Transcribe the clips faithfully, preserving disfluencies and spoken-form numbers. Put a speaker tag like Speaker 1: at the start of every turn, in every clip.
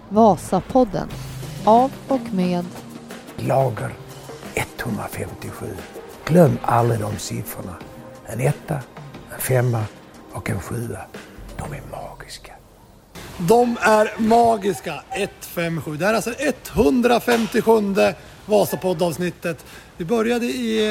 Speaker 1: Vasapodden av och med
Speaker 2: Lager etthundrafemtiosju. Glöm aldrig de siffrorna. En etta, en femma och en sjua. De är magiska.
Speaker 3: De är magiska. ett fem sju. Det här är alltså etthundrafemtiosjunde Vasapoddavsnittet. Vi började i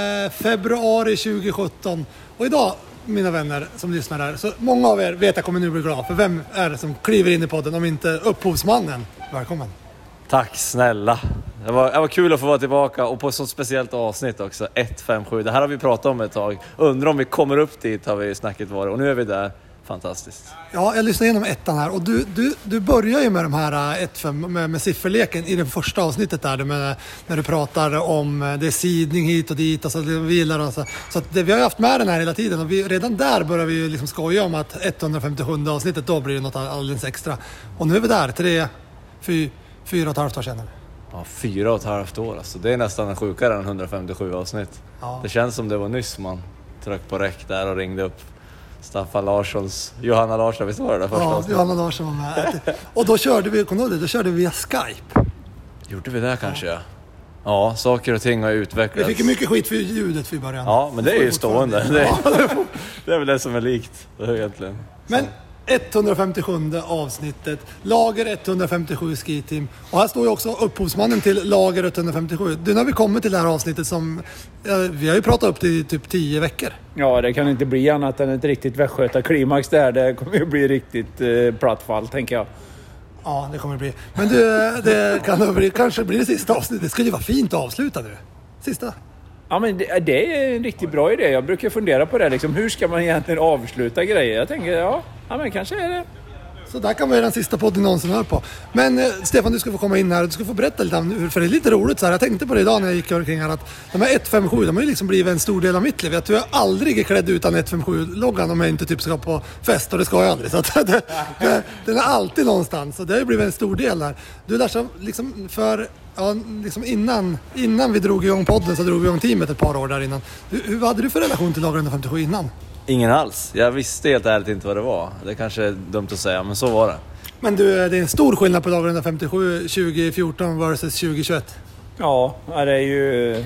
Speaker 3: februari tjugosjutton. Och idag, mina vänner som lyssnar här, så många av er vet jag kommer nu bli glad. För vem är det som kliver in i podden om inte upphovsmannen? Välkommen.
Speaker 4: Tack snälla. Det var, det var kul att få vara tillbaka och på ett sånt speciellt avsnitt också. ett fem sju. Det här har vi pratat om ett tag. Undrar om vi kommer upp dit, har vi snacket varit. Och nu är vi där. Fantastiskt.
Speaker 3: Ja, jag lyssnar igenom ettan här. Och du, du, du börjar ju med de här ett fem, med, med sifferleken i det första avsnittet där. Med, när du pratar om det är sidning hit och dit. Alltså, vi gillar och så. Så att det, vi har ju haft med den här hela tiden. Och vi, redan där börjar vi ju liksom skoja om att etthundrafemtiosjunde avsnittet, då blir det något alldeles extra. Och nu är vi där. Tre, fy, fyra och ett halvt år sedan.
Speaker 4: Ja, fyra och ett halvt år. Alltså. Det är nästan en sjukare än hundrafemtiosju avsnitt. Ja. Det känns som det var nyss man tryckte på räck där och ringde upp Staffan Larssons, Johanna Larsson, visst var det där första
Speaker 3: Ja,
Speaker 4: avsnitt?
Speaker 3: Johanna Larsson var med. Och då körde vi, kommer du ihåg det? Då körde vi via Skype.
Speaker 4: Gjorde vi det kanske, ja. Ja, saker och ting har utvecklats.
Speaker 3: Vi fick mycket skit för ljudet för början.
Speaker 4: Ja, men det är ju stående. Det är, det är väl det som är likt, egentligen.
Speaker 3: Men etthundrafemtiosjunde avsnittet, Lager etthundrafemtiosju Ski-team. Och här står ju också upphovsmannen till Lager etthundrafemtiosju. Nu har vi kommit till det här avsnittet som, ja, vi har ju pratat upp till typ tio veckor.
Speaker 5: Ja, det kan inte bli annat än ett riktigt västgötaklimax där. Det kommer ju bli riktigt eh, plattfall, tänker jag.
Speaker 3: Ja, det kommer det bli. Men du, det kan bli, kanske blir det sista avsnittet. Det skulle ju vara fint att avsluta nu. Sista.
Speaker 5: Ja, men det, det är en riktigt bra idé. Jag brukar fundera på det. Liksom, hur ska man egentligen avsluta grejer? Jag tänker, ja, ja men kanske är det.
Speaker 3: Så där kan vara den sista podden någonsin hör på. Men eh, Stefan, du ska få komma in här och du ska få berätta lite om, för det är lite roligt så här. Jag tänkte på det idag när jag gick omkring här att de här ett fem sju, de har ju liksom blivit en stor del av mitt liv. Jag tror jag aldrig är klädd utan ett fem sju-loggan om jag inte typ ska på fest, och det ska jag aldrig. Så att det, det, den är alltid någonstans, och det har ju blivit en stor del här. Du Larsa, liksom för, ja, liksom innan, innan vi drog igång podden så drog vi igång teamet ett par år där innan. Hur, hur hade du för relation till Lager etthundrafemtiosju innan?
Speaker 4: Ingen alls. Jag visste helt ärligt inte vad det var. Det kanske är dumt att säga, men så var det.
Speaker 3: Men du, det är en stor skillnad på Lager etthundrafemtiosju tjugohundrafjorton versus tjugohundratjugoett.
Speaker 5: Ja, det är ju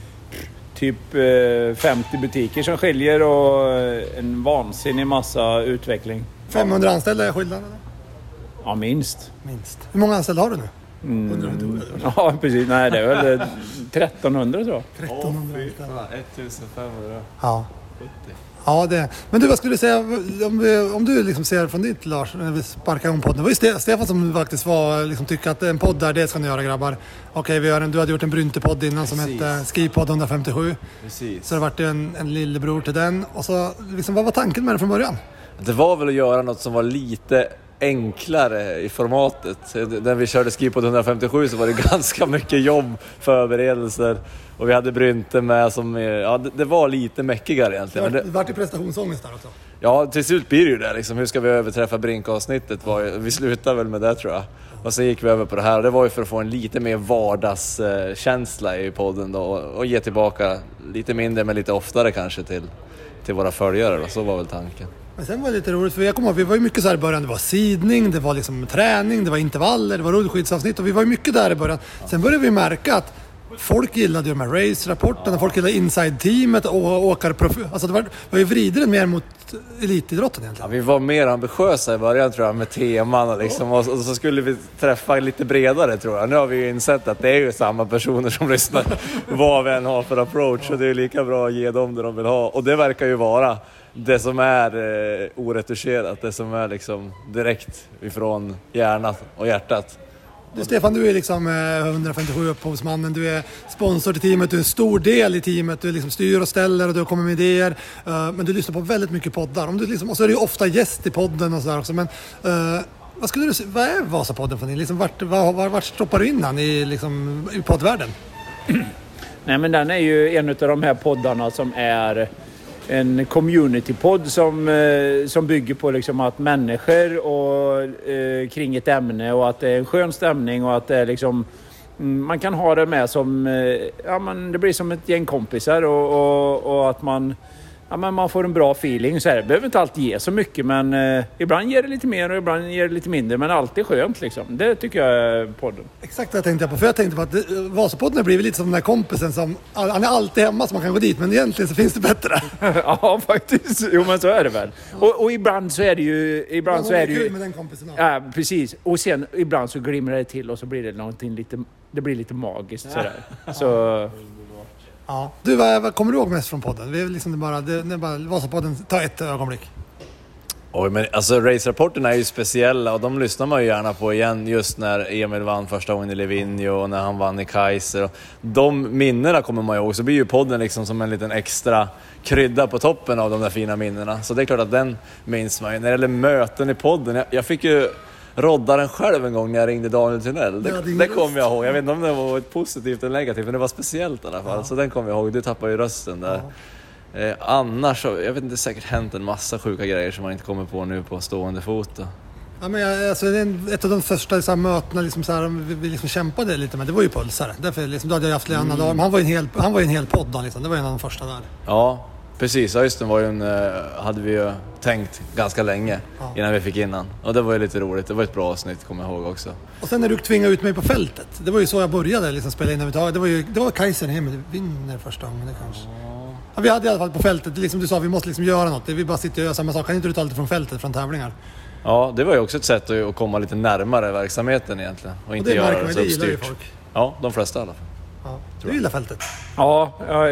Speaker 5: typ femtio butiker som skiljer och en vansinnig massa utveckling.
Speaker 3: femhundra anställda är skillnaden?
Speaker 5: Ja, minst.
Speaker 3: Minst. Hur många anställda har du nu?
Speaker 5: Mm. Ja, precis. Nej, det är väl trettonhundra tror jag.
Speaker 3: trettonhundra
Speaker 4: anställda. ettusenfemhundra.
Speaker 3: Ja. Ja, det. Men du, vad skulle du säga om, vi, om du liksom ser från ditt, Lars, när vi sparkar om podden. Det var ju Stefan som faktiskt var, liksom, tycker att en podd där, det ska ni göra, grabbar. Okej, vi gör en, du hade gjort en Brynte-podd innan som Precis. hette Skipodd etthundrafemtiosju.
Speaker 4: Precis. Så
Speaker 3: det vart en, en lillebror till den. Och så, liksom, vad var tanken med det från början?
Speaker 4: Det var väl att göra något som var lite enklare i formatet. När vi körde Skipodd etthundrafemtiosju så var det ganska mycket jobb, förberedelser. Och vi hade Brynte med som, ja, det, det var lite mäckigare egentligen.
Speaker 3: Det var, det var till prestationsångest där också.
Speaker 4: Ja, till slut blir det ju det liksom. Hur ska vi överträffa Brink-avsnittet? Var, vi slutade väl med det, tror jag. Och sen gick vi över på det här. Och det var ju för att få en lite mer vardagskänsla i podden då. Och, och ge tillbaka lite mindre men lite oftare kanske till, till våra följare då. Så var väl tanken.
Speaker 3: Men sen var det lite roligt, för jag kommer ihåg, vi var ju mycket så här i början, det var sidning, det var liksom träning, det var intervaller, det var rullskidsavsnitt, och vi var ju mycket där i början. Sen började vi märka att folk gillade ju de här race-rapporterna, folk gillade inside-teamet och åkarprofil. Alltså det var, var ju vriden mer mot elitidrotten egentligen.
Speaker 4: Ja, vi var mer ambitiösa i början, tror jag, med teman liksom, och, och så skulle vi träffa lite bredare, tror jag. Nu har vi ju insett att det är ju samma personer som lyssnar vad vi än har för approach, och det är lika bra att ge dem det de vill ha. Och det verkar ju vara det som är eh, oretuscherat, det som är liksom direkt ifrån hjärnan och hjärtat.
Speaker 3: Du Stefan, du är liksom etthundrafemtiosju upphovsmannen, du är sponsor till teamet, du är en stor del i teamet, du är liksom styr och ställer och du kommer med idéer, uh, men du lyssnar på väldigt mycket poddar. Om du liksom, och så är du ju ofta gäst i podden och sådär också, men uh, vad skulle du vad är Vasapodden för dig? Liksom, vart, vart, vart, vart stoppar du in den i, liksom, i poddvärlden?
Speaker 5: Nej, men den är ju en av de här poddarna som är en community-podd som, eh, som bygger på liksom att människor och, eh, kring ett ämne, och att det är en skön stämning, och att det är liksom, mm, man kan ha det med som, eh, ja, men det blir som ett gäng kompisar, och, och, och att man, ja, men man får en bra feeling. Så här, det behöver inte alltid ge så mycket, men eh, ibland ger det lite mer och ibland ger det lite mindre. Men alltid skönt liksom. Det tycker jag är podden.
Speaker 3: Exakt det jag tänkte på. För jag tänkte på att det, Vasapodden har blivit lite som den där kompisen som... Han är alltid hemma så man kan gå dit, men egentligen så finns det bättre.
Speaker 5: Ja, faktiskt. Jo, men så är det väl. Ja. Och, och ibland så är det ju... Ibland
Speaker 3: ja,
Speaker 5: så är det ju...
Speaker 3: med den kompisen.
Speaker 5: Ja, precis. Och sen ibland så glimrar det till och så blir det någonting lite... Det blir lite magiskt sådär. Så...
Speaker 3: Ja. Du, vad, vad kommer du ihåg mest från podden? Vi är liksom det bara, det, det bara Vasapodden, ta ett ögonblick.
Speaker 4: Oj, men alltså race-rapporterna är ju speciella och de lyssnar man ju gärna på igen just när Emil vann första gången i Livigno och när han vann i Kaiser. De minnena kommer man ju ihåg, så blir ju podden liksom som en liten extra krydda på toppen av de där fina minnena. Så det är klart att den minns man ju. När det gäller möten i podden, jag, jag fick ju roddaren själv en gång när jag ringde Daniel Tunnell. Det, det, det kommer jag ihåg. Jag vet inte om det var ett positivt eller negativt, men det var speciellt i alla fall. Ja. Så den kommer jag ihåg. Du tappade ju rösten där. Ja. Eh, annars så, jag vet inte, det har säkert hänt en massa sjuka grejer som man inte kommer på nu på stående fot. Då.
Speaker 3: Ja, men jag, alltså, det är ett av de första liksom, mötena liksom, så här, vi, vi liksom kämpade lite med. Det var ju Pulsare. Därför liksom, då hade jag haft Leanna mm. Han var ju en hel, han var ju en hel podd då, liksom. Det var en av de första där.
Speaker 4: Ja, precis. Östen var ju en, hade vi ju tänkt ganska länge ja. innan vi fick innan. Och det var ju lite roligt. Det var ett bra avsnitt, kommer jag ihåg också.
Speaker 3: Och sen när du tvingade ut mig på fältet. Det var ju så jag började liksom, spela in överhuvudtaget. Det var ju det var Kaiser Emil vinner första gången det kanske. Ja, vi hade i alla fall på fältet. Liksom du sa, vi måste liksom göra något. Vi bara sitter och gör samma sak. Kan inte du ta lite från fältet, från tävlingar?
Speaker 4: Ja, det var ju också ett sätt att komma lite närmare verksamheten egentligen. Och inte och det göra det så uppstyrt. Ja, de flesta i alla fall.
Speaker 3: Ja, du gillar fältet.
Speaker 5: Ja,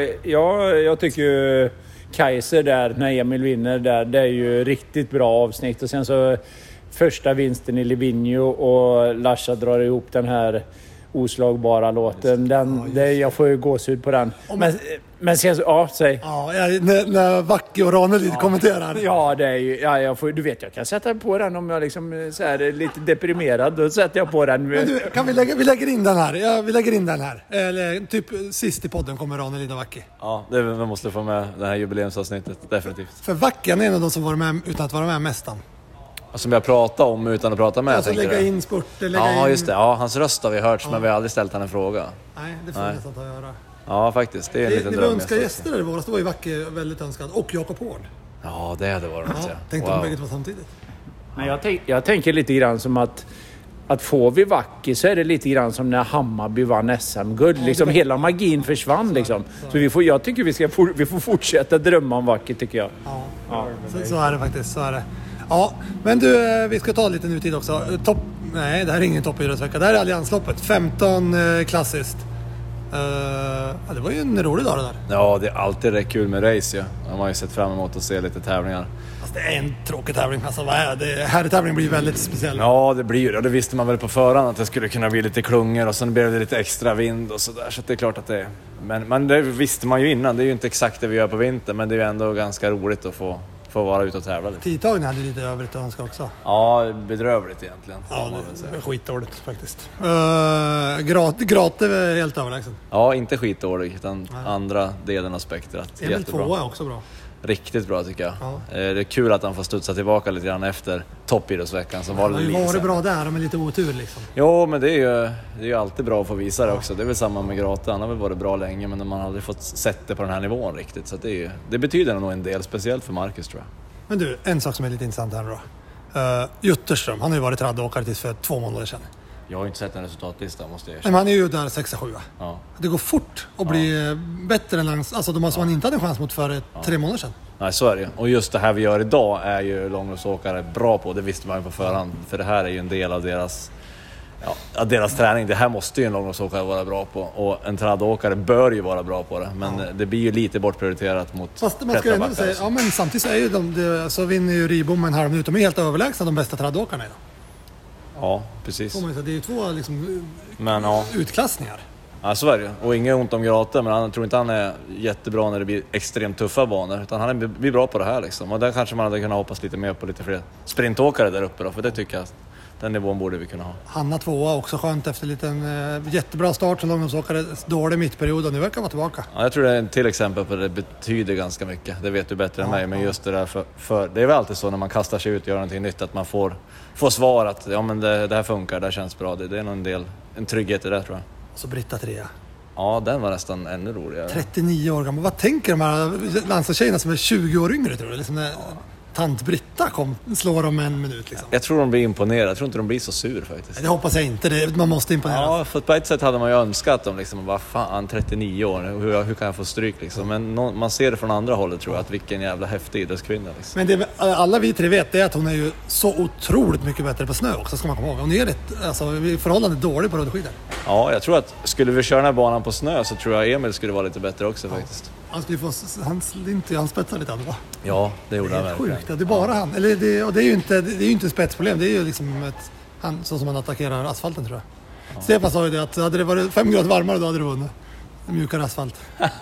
Speaker 5: ja, jag tycker ju Kaiser där, när Emil vinner där, det är ju riktigt bra avsnitt. Och sen så första vinsten i Livigno och Larsa drar ihop den här oslagbara låten. Den, det, jag får ju gåshud på den. Men, men sen så, ja, säg.
Speaker 3: Ja, när, när Vacke och Ranelid ja. kommenterar.
Speaker 5: Ja, det är ju, ja, jag får, du vet, jag kan sätta på den om jag liksom så här, är lite deprimerad. Då sätter jag på den.
Speaker 3: Men du, kan vi lägga, vi lägger in den här. Ja, vi lägger in den här. Eller typ sist i podden kommer Ranelid och Vacke.
Speaker 4: Ja, det, vi måste få med det här jubileumsavsnittet, definitivt.
Speaker 3: För Vacke är en av de som var med utan att vara med mästan.
Speaker 4: Som jag pratar om utan att prata med.
Speaker 3: Alltså lägga in spurter, lägga
Speaker 4: ja,
Speaker 3: in...
Speaker 4: just det. Ja, hans röst har vi hört,
Speaker 3: ja.
Speaker 4: men vi har aldrig ställt han en fråga.
Speaker 3: Nej, det får vi nästan ta att göra.
Speaker 4: Ja, faktiskt. Det är en
Speaker 3: det,
Speaker 4: liten
Speaker 3: det
Speaker 4: dröm.
Speaker 3: Det var önskade gäster där i våras. Det var ju Vacke väldigt önskad. Och Jakob Hård.
Speaker 4: Ja, det hade varit något.
Speaker 3: Ja, tänkte wow. de bägge två samtidigt.
Speaker 5: Men jag, tänk, jag tänker lite grann som att att får vi Vacke så är det lite grann som när Hammarby vann S M-guld. Ja, liksom hela magin försvann så, liksom. Så, så vi får, jag tycker vi ska for, vi får fortsätta drömma om Vacke, tycker jag.
Speaker 3: Ja, ja. Så, så är det faktiskt. Så är det. Ja, men du, vi ska ta lite nutid också. Topp, nej, det här är ingen toppidrottsvecka. Det här är Alliansloppet. femton eh, klassiskt. Uh, ja, det var ju en rolig dag det där.
Speaker 4: Ja, det är alltid rätt kul med race. Ja. Man har ju sett fram emot att se lite tävlingar.
Speaker 3: Alltså, det är en tråkig tävling. Alltså, vad är det? Här tävlingen blir väldigt speciell.
Speaker 4: Ja, det blir ju det. Det visste man väl på förhand att det skulle kunna bli lite klungor. Och sen blev det lite extra vind och sådär. Så det är klart att det är... Men, men det visste man ju innan. Det är ju inte exakt det vi gör på vintern. Men det är ju ändå ganska roligt att få... Får vara ute och tävla lite.
Speaker 3: Tidtagningen hade lite övrigt att önska också.
Speaker 4: Ja, bedrövligt egentligen.
Speaker 3: Ja, det är skitdåligt faktiskt. Uh, grat, Grate är helt överlägsen.
Speaker 4: Ja, inte skitdåligt utan nej. Andra delen av spektrat.
Speaker 3: Emil tvåa är också bra.
Speaker 4: Riktigt bra tycker jag. Ja. Det är kul att han får studsa tillbaka lite grann efter toppidrottsveckan som ja, var lite.
Speaker 3: Det har varit bra där med lite otur liksom.
Speaker 4: Jo, men det är ju, det är ju alltid bra att få visa det också. Det är väl samma med Grate. Han har väl varit bra länge men man har aldrig fått sett det på den här nivån riktigt. Så det, är ju, det betyder nog en del, speciellt för Marcus tror jag.
Speaker 3: Men du, en sak som är lite intressant här då. Uh, Jutterström, han har ju varit traddåkare tills för två månader sedan.
Speaker 4: Jag har inte sett en resultatlista, måste jag erkänna.
Speaker 3: Men han är ju där sex sju.
Speaker 4: Ja.
Speaker 3: Det går fort att bli ja. bättre än langs, alltså de som ja. man inte hade en chans mot för ja. tre månader sedan.
Speaker 4: Nej, så är det. Och just det här vi gör idag är ju långloppsåkare bra på. Det visste man ju på förhand. För det här är ju en del av deras, ja, deras träning. Det här måste ju en långloppsåkare vara bra på. Och en traddåkare bör ju vara bra på det. Men ja. det blir ju lite bortprioriterat mot
Speaker 3: fast man ska ändå säga, ja, men samtidigt så, är ju de, de, så vinner ju Ribom en halv minut. De är helt överlägsna de bästa traddåkarna idag.
Speaker 4: Ja, precis.
Speaker 3: Det är ju två liksom,
Speaker 4: men, ja.
Speaker 3: utklassningar.
Speaker 4: Ja, så är det. Och inget ont om Grate, men han tror inte han är jättebra när det blir extremt tuffa banor. Utan han blir bra på det här liksom. Och där kanske man hade kunnat hoppas lite mer på lite fler sprintåkare där uppe då. För det tycker jag, den nivån borde vi kunna ha.
Speaker 3: Hanna tvåa också skönt efter en liten äh, jättebra start som långloppsåkare. Dålig mittperiod och nu verkar vara tillbaka.
Speaker 4: Ja, jag tror det är till exempel på det betyder ganska mycket. Det vet du bättre än
Speaker 3: ja,
Speaker 4: mig. Men
Speaker 3: ja.
Speaker 4: just det där för, för det är väl alltid så när man kastar sig ut och gör någonting nytt att man får, får svar att ja, men det, det här funkar, det här känns bra. Det, det är nog en del, en trygghet i det tror jag.
Speaker 3: Så Britta trea.
Speaker 4: Ja, den var nästan ännu roligare.
Speaker 3: trettionio år gammal. Vad tänker de här landslagstjejerna som är tjugo år yngre, tror du? Liksom när tant Britta kom, slår dem en minut liksom.
Speaker 4: Jag tror de blir imponerade. Jag tror inte de blir så sur faktiskt.
Speaker 3: Det hoppas jag inte. Det, man måste imponera.
Speaker 4: Ja, för på ett sätt hade man ju önskat dem liksom. Vad fan, trettionio år. Hur, hur kan jag få stryk liksom? Men no, man ser det från andra hållet, tror jag. Att vilken jävla häftig idrottskvinna liksom.
Speaker 3: Men det alla vi tre vet är att hon är ju så otroligt mycket bättre på snö också, ska man komma ihåg. Hon är rätt, alltså, förhållande dålig på rullskidor.
Speaker 4: Ja, jag tror att skulle vi köra den här banan på snö så tror jag Emil skulle vara lite bättre också ja. faktiskt.
Speaker 3: Han skulle få, han, inte, han spetsar lite andra.
Speaker 4: Ja, det gjorde han verkligen.
Speaker 3: Sjukt, det är bara ja. han. Eller det, och det är ju inte, det är ju inte ett spetsproblem, det är ju liksom ett, han, så som man attackerar asfalten, tror jag. Ja. Stefan sa ju det, att hade det varit fem grader varmare då hade det vunnit. Mjukare asfalt.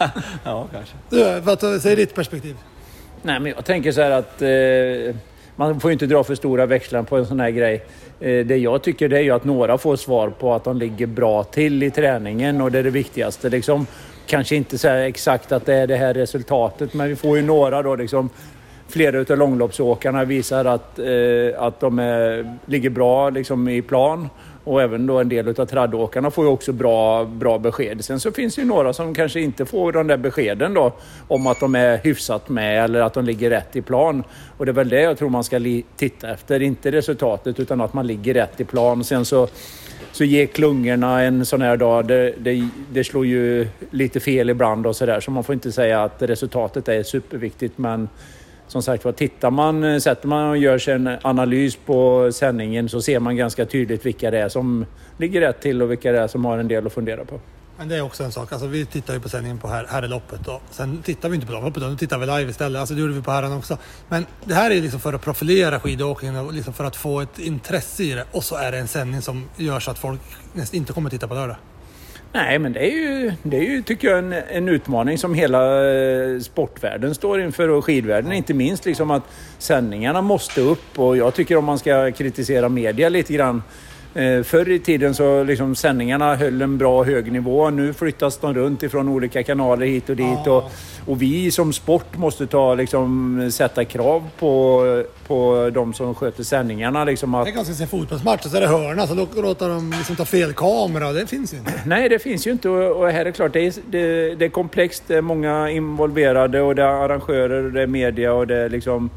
Speaker 4: Ja, kanske.
Speaker 3: Du, för att säga ditt perspektiv.
Speaker 5: Nej, men jag tänker så här att eh, man får ju inte dra för stora växlar på en sån här grej. Eh, det jag tycker det är ju att några får svar på att de ligger bra till i träningen, och det är det viktigaste liksom. Kanske inte så här exakt att det är det här resultatet, men vi får ju några då liksom. Flera utav långloppsåkarna visar att, eh, att de är, ligger bra liksom, i plan. Och även då en del utav traddåkarna får ju också bra, bra besked. Sen så finns det ju några som kanske inte får de där beskeden då. Om att de är hyfsat med eller att de ligger rätt i plan. Och det är väl det jag tror man ska li- titta efter. Inte resultatet, utan att man ligger rätt i plan. Sen så, så ger klungorna en sån här dag. Det, det, det slår ju lite fel ibland och sådär. Så man får inte säga att resultatet är superviktigt, men... Som sagt, vad tittar man, sätter man och gör sig en analys på sändningen, så ser man ganska tydligt vilka det är som ligger rätt till och vilka det är som har en del att fundera på.
Speaker 3: Men det är också en sak, alltså vi tittar ju på sändningen på här, här är loppet och sen tittar vi inte på loppet, nu tittar vi live istället, alltså det gjorde vi på herran också. Men det här är liksom för att profilera skidåkningen och liksom för att få ett intresse i det, och så är det en sändning som gör så att folk nästan inte kommer titta på lördag.
Speaker 5: Nej, men det är ju, det är ju tycker jag, en, en utmaning som hela sportvärlden står inför, och skidvärlden inte minst, liksom att sändningarna måste upp. Och jag tycker, om man ska kritisera media lite grann, eh, förr i tiden så liksom sändningarna höll en bra hög nivå. Nu flyttas de runt ifrån olika kanaler hit och dit. Och, och vi som sport måste ta, liksom, sätta krav på, på de som sköter sändningarna. Liksom att...
Speaker 3: Det är ganska se fotbollsmatch och så är det hörna, så låter de liksom ta fel kamera. Det finns ju inte.
Speaker 5: Nej, det finns ju inte. Och här är klart, det är, det, det är komplext. Det är många involverade, och det är arrangörer, och det är media, och det är liksom...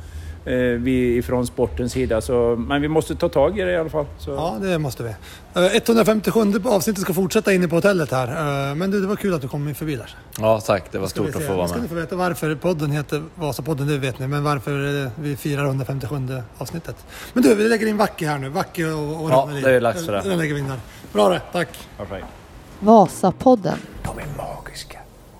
Speaker 5: vi ifrån sportens sida, så, men vi måste ta tag i det i alla fall. Så.
Speaker 3: Ja, det måste vi. etthundrafemtiosju avsnittet ska fortsätta inne på hotellet här, men du, det var kul att du kom in förbi där.
Speaker 4: Ja, tack. Det var stort att få vara med.
Speaker 3: Ska ni få veta varför podden heter Vasapodden, det vet ni, men varför vi firar hundrafemtiosju avsnittet. Men du, vi lägger in Vacke här nu. Vacke och, och
Speaker 4: ja, det är lax för det.
Speaker 3: Den lägger vi in där. Bra det, tack.
Speaker 4: Perfekt.
Speaker 1: Vasapodden.
Speaker 2: De är magiska.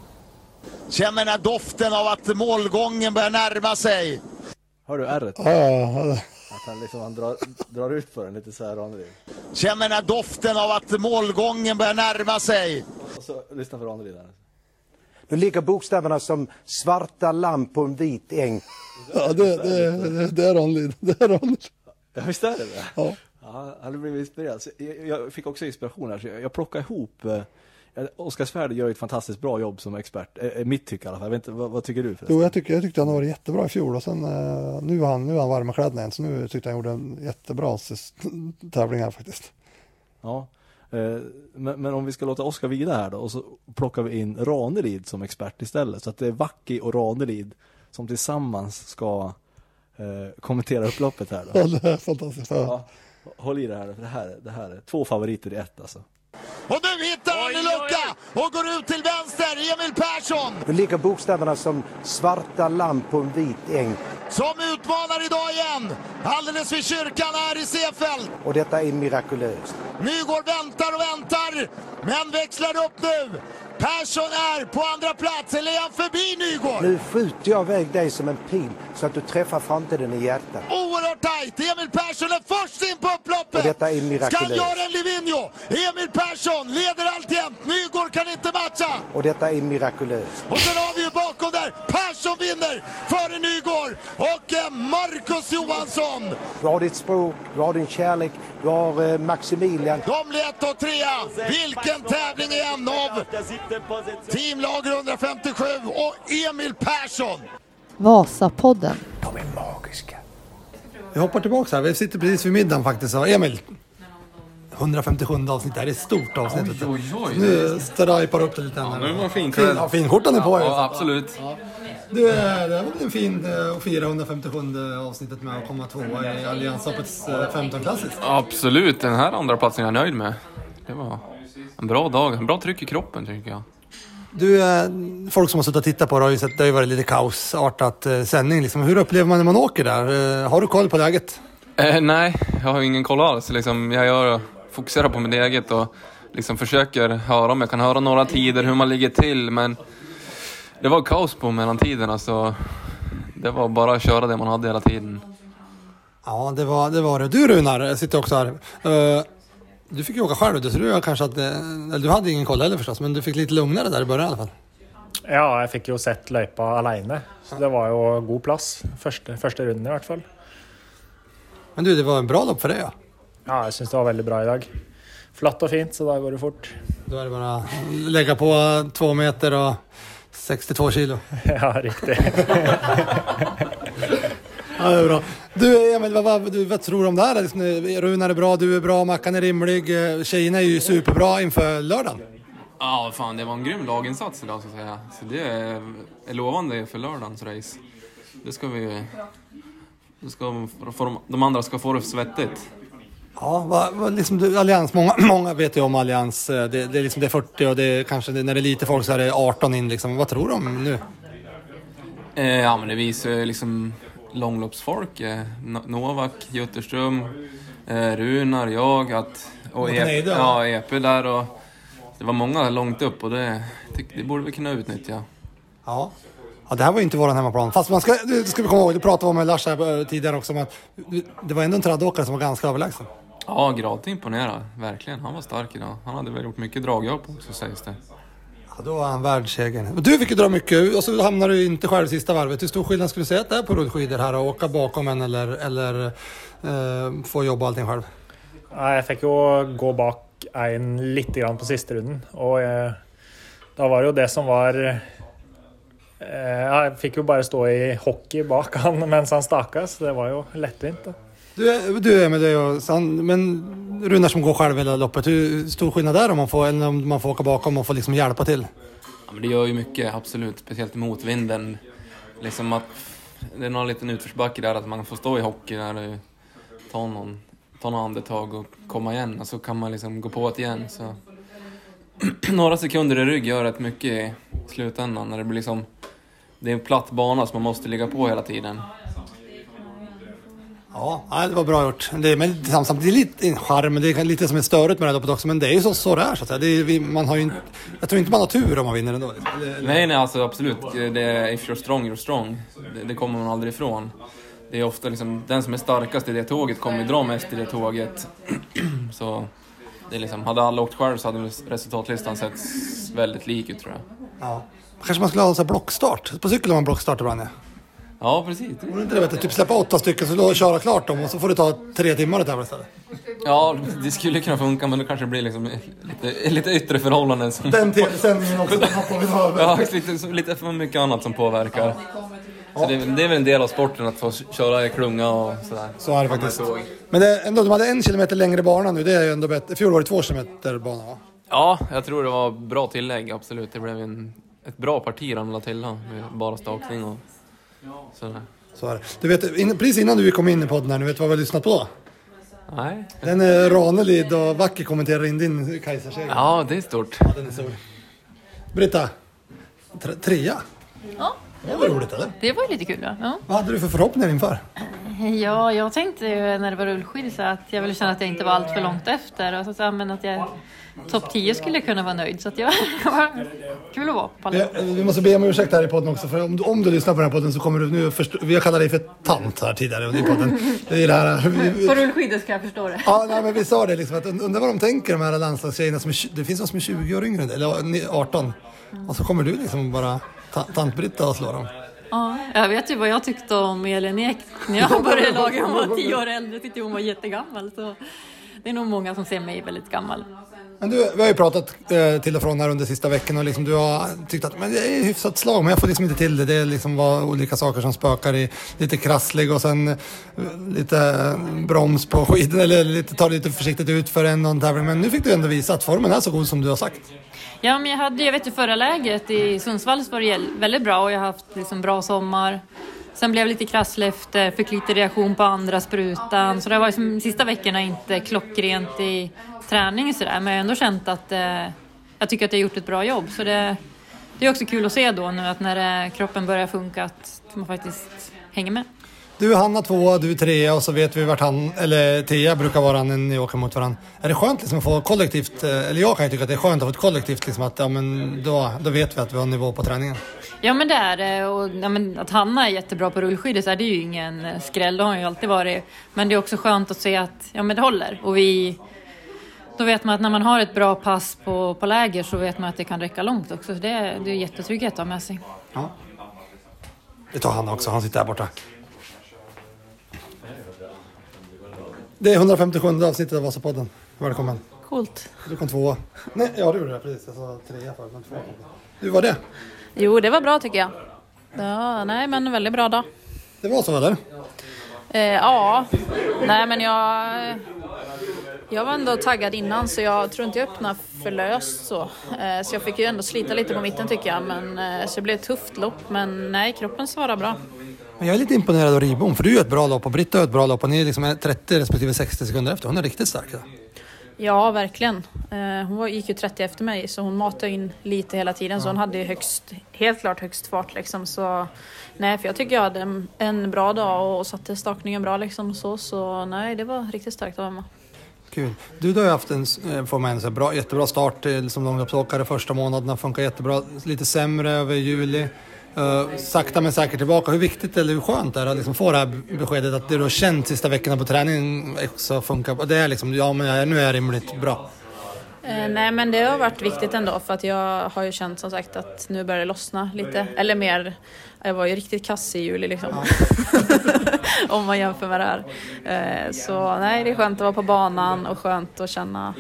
Speaker 6: Känner när doften av att målgången börjar närma sig.
Speaker 4: Har du ärret?
Speaker 3: Ja, ja.
Speaker 4: Att han liksom han drar, drar ut på den lite så här Ranelid.
Speaker 6: Känner när doften av att målgången börjar närma sig.
Speaker 4: Och så lyssna på Ranelid här.
Speaker 7: Nu ligger bokstäverna som svarta lamm på en vit äng.
Speaker 3: Ja, det, det, det, det är Ranelid. Det är Ranelid.
Speaker 4: Ja, visst är det det?
Speaker 3: Ja.
Speaker 4: Ja, han blev inspirerad. Så jag, jag fick också inspiration här. Så jag, jag plockade ihop... Eh, Oskar Svärd gör ett fantastiskt bra jobb som expert. Eh, mitt tycker i alla fall. Jag vet inte, vad, vad tycker du?
Speaker 3: Jo, jag, tycker, jag tyckte han var jättebra i fjol. Och sen, eh, nu är han, nu är han varma kläderna igen. Så nu tyckte jag han gjorde en jättebra tävling här faktiskt.
Speaker 4: Ja. Eh, men, men om vi ska låta Oskar vila här då. Och så plockar vi in Ranelid som expert istället. Så att det är Vacke och Ranelid som tillsammans ska eh, kommentera upploppet här då.
Speaker 3: Ja, det är fantastiskt. Ja.
Speaker 4: Ja, håll i det här. Det här, det här är två favoriter i ett alltså.
Speaker 6: Och nu hittar han i lucka och går ut till vänster, Emil Persson.
Speaker 7: Nu ligger bokstäverna som svarta lamm på en vit äng.
Speaker 6: Som utmanar idag igen, alldeles vid kyrkan här i Seefeld.
Speaker 7: Och detta är mirakulöst.
Speaker 6: Nygård väntar och väntar, men växlar upp nu. Persson är på andra plats, eller är han förbi Nygård?
Speaker 7: Nu skjuter jag iväg dig som en pil så att du träffar framtiden i hjärtat.
Speaker 6: Oerhört tajt, Emil Persson är först in på upploppet.
Speaker 7: Och detta är mirakulöst.
Speaker 6: Ska göra en Livigno. Emil Persson leder alltjämt, Nygård kan inte matcha.
Speaker 7: Och detta är mirakulöst.
Speaker 6: Och sen har vi ju bakom där, Persson vinner före Nygård och eh, Marcus Johansson.
Speaker 7: Du har ditt språk, du har din kärlek, du har eh, Maximilian.
Speaker 6: De blir ett och trea. Vilken tävling igen av teamlag hundrafemtiosju och Emil Persson.
Speaker 1: Vasapodden.
Speaker 2: De är magiska.
Speaker 3: Vi hoppar tillbaka här. Vi sitter precis vid middagen faktiskt. Emil, hundrafemtiosju avsnitt. Det här är ett stort avsnitt.
Speaker 8: Oj, oj, oj.
Speaker 3: Nu strajpar upp det lite.
Speaker 8: Ja, nu är man fin.
Speaker 3: fin ja, finkortan är på.
Speaker 8: Ja, absolut.
Speaker 3: Ja. Du, det är väl en fin och fira hundrafemtiosju avsnittet med att komma tvåa i Allianshoppets femton-klassiskt.
Speaker 8: Absolut, den här andra platsen är jag nöjd med. Det var en bra dag, en bra tryck i kroppen tycker jag.
Speaker 3: Du, folk som har suttit och tittat på det har ju sett det har ju varit lite kaosartat sändning. Liksom. Hur upplever man när man åker där? Har du koll på läget?
Speaker 8: Eh, nej, jag har ingen koll alls. Liksom, jag gör, fokuserar på mitt eget och liksom försöker höra om jag kan höra några tider, hur man ligger till. Men det var kaos på mellantiderna så det var bara att köra det man hade hela tiden.
Speaker 3: Ja, det var det. Var det. Du Runar, sitter också här. Uh, du fick ju åka själv, så du, kanske att, eller du hade ingen koll heller förstås, men du fick lite lugnare där i början i alla fall.
Speaker 9: Ja, jag fick ju sett löjpa alene, så det var ju god plats första, första runden i alla fall.
Speaker 3: Men du, det var en bra lopp för dig, ja?
Speaker 9: Ja, jag syns det var väldigt bra idag. Flatt och fint, så där går det fort.
Speaker 3: Då är det bara att lägga på två meter och sextiotvå kilo.
Speaker 9: Ja, riktigt.
Speaker 3: Ja, det är bra. Du Emil, vad, vad, du, vad tror du om det här? Runar är bra, du är bra, Mackan är rimlig. Tjejerna är ju superbra inför lördagen.
Speaker 8: Ja, fan, det var en grym laginsats idag så att säga. Så det är, är lovande för lördagens race. Det ska vi... Det ska, för de, de andra ska få det svettigt.
Speaker 3: Ja, vad, vad, liksom du, Allians, många, många vet ju om Allians. Det, det är liksom det är fyrtio och det är kanske det, när det är lite folk så är det arton in liksom. Vad tror du om nu?
Speaker 8: Eh, ja, men det visar ju liksom långloppsfolk. Eh, Novak, Jutterström, eh, Runar, jag att, och e- ja, E P där och det var många långt upp och det, det, det borde vi kunna utnyttja.
Speaker 3: Ja. Ja, det här var ju inte våran hemmaplan. Fast man ska, det ska vi komma ihåg, du pratade om med Lars här tidigare också, men det var ändå en traddåkare som var ganska överlägsen.
Speaker 8: Ja, Grate imponerad, verkligen. Han var stark idag. Han hade väl gjort mycket dragjobb också, sägs det.
Speaker 3: Ja, då var han världsegen. Du fick ju dra mycket, och så hamnade du inte själv sista varvet. Hur stor skillnad skulle du säga att det är på rullskidor här och åka bakom en eller, eller eh, få jobba allting själv?
Speaker 9: Ja, jag fick ju gå bak en lite grann på sista runden, och eh, då var det ju det som var... Jag fick ju bara stå i hockey bak han medan han stakas. Det var ju lättvint.
Speaker 3: Du, du är med det och san, men Runar som går själv hela loppet, hur stor skillnad är om man får, eller om man får åka bakom och får liksom hjälpa till?
Speaker 8: Ja, men det gör ju mycket, absolut. Speciellt mot vinden. Liksom att det är någon liten utförsbacke där att man får stå i hockey där och ta någon, ta någon andetag och komma igen. Och så kan man liksom gå på det igen. Så några sekunder i rygg gör rätt mycket i slutändan när det blir liksom... Det är en platt bana som man måste ligga på hela tiden.
Speaker 3: Ja, det var bra gjort. Det är, men samtidigt det är lite en charm, det är lite som ett störigt med det loppet också, men det är ju så, så där så att säga. Det är, man har ju inte, jag tror inte man har tur om man vinner ändå.
Speaker 8: Nej, nej, alltså absolut. Det är if you're strong, you're strong. Det, det kommer man aldrig ifrån. Det är ofta liksom, den som är starkast i det tåget kommer ju dra mest i det tåget. Så det är liksom, hade alla åkt själv så hade resultatlistan sett väldigt lik ut, tror jag.
Speaker 3: Ja. Kanske man skulle ha en sån här blockstart. På cykel har man blockstart ibland, ja.
Speaker 8: Ja, precis.
Speaker 3: Borde inte det veta, typ släppa åtta stycken så då köra klart dem och så får det ta tre timmar det där istället.
Speaker 8: Ja, det skulle kunna funka, men det kanske blir liksom lite, lite yttre förhållanden som...
Speaker 3: Den tv-sändningen också.
Speaker 8: Ja, lite, lite för mycket annat som påverkar. Ja. Så det, det är väl en del av sporten att få köra i klunga och sådär.
Speaker 3: Så är det faktiskt. Men det är ändå, de hade en kilometer längre bana nu, det är ju ändå bättre. Fjol var det två kilometer bana, va?
Speaker 8: Ja, jag tror det var bra tillägg, absolut. Det blev en, ett bra parti ramlade till med bara stakning och sådär.
Speaker 3: Så är det. Du vet, in, precis innan du kom in i podden här, nu vet vad vi har lyssnat på då?
Speaker 8: Nej.
Speaker 3: Den är Ranelid och Vacker kommenterar in din Kajsarsseger.
Speaker 8: Ja, det är stort.
Speaker 3: Ja, den är stor. Britta, tre, trea?
Speaker 10: Ja.
Speaker 3: Det var roligt, eller?
Speaker 10: Det var lite kul, ja. Ja.
Speaker 3: Vad hade du för förhoppningar inför?
Speaker 10: Ja, jag tänkte när det var rullskid så att jag ville känna att jag inte var allt för långt efter. Och så, men att jag topp tio skulle kunna vara nöjd. Så att jag var kul att vara på alla.
Speaker 3: Vi måste be om ursäkt här i podden också. För om du, om du lyssnar på den här podden så kommer du nu förstå, vi har kallat dig för tant här tidigare i podden. Det är det här. Vi,
Speaker 10: på rullskidor ska jag förstå det.
Speaker 3: Ja, nej, men vi sa det liksom. Att undrar vad de tänker, de här landslagstjejerna som är, det finns någon som är tjugo år yngre, eller arton. Mm. Och så kommer du liksom bara ta, tant Britta och slå dem.
Speaker 10: Ja, jag vet ju vad jag tyckte om Elin Ek när jag började laga. Hon var tio år äldre, tyckte hon var jättegammal. Så det är nog många som ser mig väldigt gammal.
Speaker 3: Men du, vi har ju pratat eh, till och från här under sista veckan och liksom du har tyckt att men det är hyfsat slag men jag får liksom inte till det. Det är liksom var olika saker som spökar i lite krasslig och sen eh, lite eh, broms på skiden eller lite, ta lite försiktigt ut för en och tävling. Men nu fick du ändå visa att formen är så god som du har sagt.
Speaker 10: Ja, men jag hade, jag vet ju förra läget i Sundsvall så var det väldigt bra och jag har haft liksom bra sommar. Sen blev jag lite krasslig efter, fick lite reaktion på andra sprutan. Så det var liksom, sista veckorna inte klockrent i träning och sådär. Men jag har ändå känt att eh, jag tycker att jag har gjort ett bra jobb. Så det, det är också kul att se då nu att när eh, kroppen börjar funka att man faktiskt hänger med.
Speaker 3: Du är Hanna två, du är trea och så vet vi vart han, eller Tia brukar vara när ni åker mot varandra. Är det skönt liksom att få kollektivt, eller jag kan ju tycka att det är skönt att få ett kollektivt liksom att ja, men då, då vet vi att vi har nivå på träningen.
Speaker 10: Ja men det är det och ja, men att Hanna är jättebra på rullskidor så är det ju ingen skräll, det har ju alltid varit. Men det är också skönt att se att ja, men det håller och vi, då vet man att när man har ett bra pass på, på läger så vet man att det kan räcka långt också. Så det, det är jättetrygghet att ha med sig.
Speaker 3: Ja. Det tar Hanna också, han sitter där borta. Det är hundrafemtiosjunde avsnittet av Vasapodden. Välkommen.
Speaker 10: Coolt.
Speaker 3: Du kom tvåa. Nej, ja du gjorde det precis. Jag sa trea för men två. Hur var det?
Speaker 11: Jo, det var bra tycker jag. Ja, nej, men väldigt bra dag.
Speaker 3: Det var så, eller?
Speaker 11: Eh, ja, nej men jag... Jag var ändå taggad innan så jag tror inte jag öppnade för löst så. Eh, så jag fick ju ändå slita lite på mitten tycker jag. Men, eh, så det blev ett tufft lopp, men nej, kroppen svarade bra.
Speaker 3: Men jag är lite imponerad av Ribom, för du gör ett bra lopp och Britta gör ett bra lopp och ni är liksom trettio respektive sextio sekunder efter. Hon är riktigt stark. Då.
Speaker 11: Ja, verkligen. Eh, hon gick ju trettio efter mig så hon matade in lite hela tiden. Ja. Så hon hade ju högst, helt klart högst fart liksom. Så nej, för jag tycker jag hade en, en bra dag och satte stakningen bra liksom. Så, så nej, det var riktigt starkt av Emma.
Speaker 3: Kul. Du, du har ju haft en, får man säga, bra, jättebra start som långloppsåkare första månaderna. Funkar jättebra. Lite sämre över juli. Uh, sakta men säkert tillbaka. Hur viktigt eller hur skönt är det att liksom få det här beskedet att det du har känt sista veckorna på träningen också funkar? Det är liksom, ja men nu är jag rimligt bra.
Speaker 11: Eh, nej men det har varit viktigt ändå för att jag har ju känt som sagt att nu börjar det lossna lite. Eller mer, jag var ju riktigt kass i juli liksom. Ja. Om man jämför med det här. Eh, så nej, det är skönt att vara på banan och skönt att känna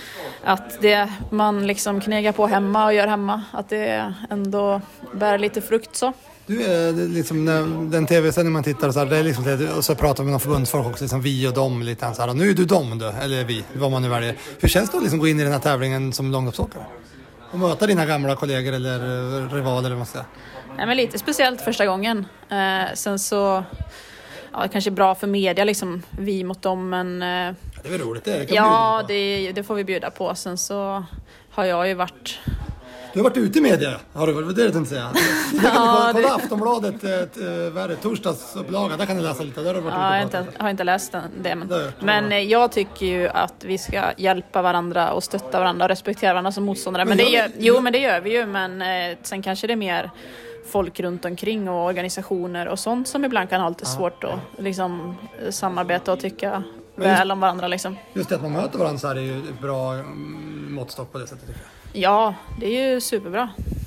Speaker 11: att det man liksom knegar på hemma och gör hemma. Att det ändå bär lite frukt så.
Speaker 3: Du är liksom den tv-sändning man tittar och så här, det är liksom det, och så pratar vi med någon förbundsfolk också, liksom vi och dem lite så här, nu är du dem då, eller vi, vad man nu väljer. Hur känns det att liksom gå in i den här tävlingen som långloppsåkare? Och möta dina gamla kollegor eller rivaler eller vad man ska säga?
Speaker 11: Nej, men lite speciellt första gången. Eh, sen så, ja, kanske bra för media liksom, vi mot dem, men... Eh, ja,
Speaker 3: det är väl roligt, det, det kan
Speaker 11: ja, det, det får vi bjuda på. Sen så har jag ju varit...
Speaker 3: Du har varit ute i media, har du varit det du tänkte säga? Ja, kolla, kolla det... Aftonbladet, vad är det, torsdagsupplaga, där kan du läsa lite. Där har du varit
Speaker 11: ja, jag, inte, jag har inte läst den, det, men, det men jag, jag tycker ju att vi ska hjälpa varandra och stötta varandra och respektera varandra som motståndare. Men, men det gör, jo, men det gör vi ju, men eh, sen kanske det är mer folk runt omkring och organisationer och sånt som ibland kan ha lite ja. svårt att liksom, samarbeta och tycka just, väl om varandra. Liksom.
Speaker 3: Just det att man möter varandra så här är ju ett bra måttstock på det sättet tycker jag.
Speaker 11: Ja, det är ju superbra.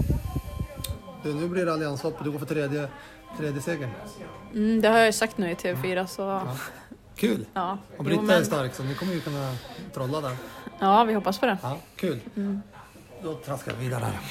Speaker 3: Du, nu blir det allianslopp och du går för tredje, tredje segern.
Speaker 11: Mm, det har jag ju sagt nu i T V fyra så... Ja.
Speaker 3: Kul!
Speaker 11: Ja.
Speaker 3: Och Britta jo, men... är stark så ni kommer ju kunna trolla där.
Speaker 11: Ja, vi hoppas på det.
Speaker 3: Ja, kul! Mm. Då traskar vi vidare här.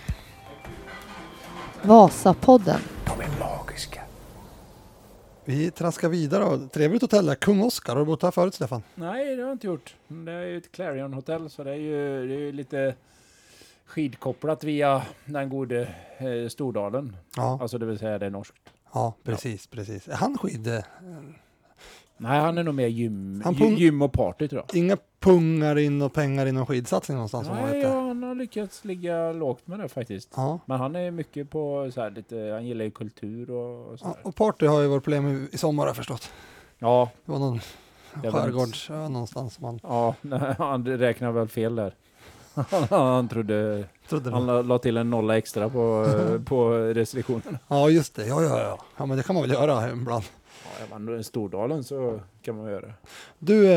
Speaker 1: Vasapodden.
Speaker 2: De är magiska.
Speaker 3: Vi traskar vidare och trevligt hotell där. Kung Oscar, har du bott här förut, Stefan?
Speaker 5: Nej, det har jag inte gjort. Det är ju ett Clarion-hotell så det är ju, det är ju lite skidkopplat via den gode eh, Stordalen. Ja. Alltså det vill säga det är norskt.
Speaker 3: Ja, precis, ja. precis. Är han skid... Eh...
Speaker 5: Nej, han är nog mer gym, pung... gym och party tror jag.
Speaker 3: Inga pungar in och pengar in och skidsatsning någonstans?
Speaker 5: Nej, ja, han har lyckats ligga lågt med det faktiskt. Ja. Men han är mycket på så här lite, han gillar ju kultur och, och så
Speaker 3: ja, och party har ju varit problem i, i sommar har jag förstått.
Speaker 5: Ja.
Speaker 3: Det var någon skärgårdsö någonstans. Man...
Speaker 5: Ja, nej, han räknar väl fel där. han trodde, trodde han la, la till en nolla extra på, på restriktionerna.
Speaker 3: Ja, just det. Ja, ja, ja. Ja, men det kan man väl göra ibland.
Speaker 5: Ja, är man i Stordalen så kan man göra det.
Speaker 3: Du, eh,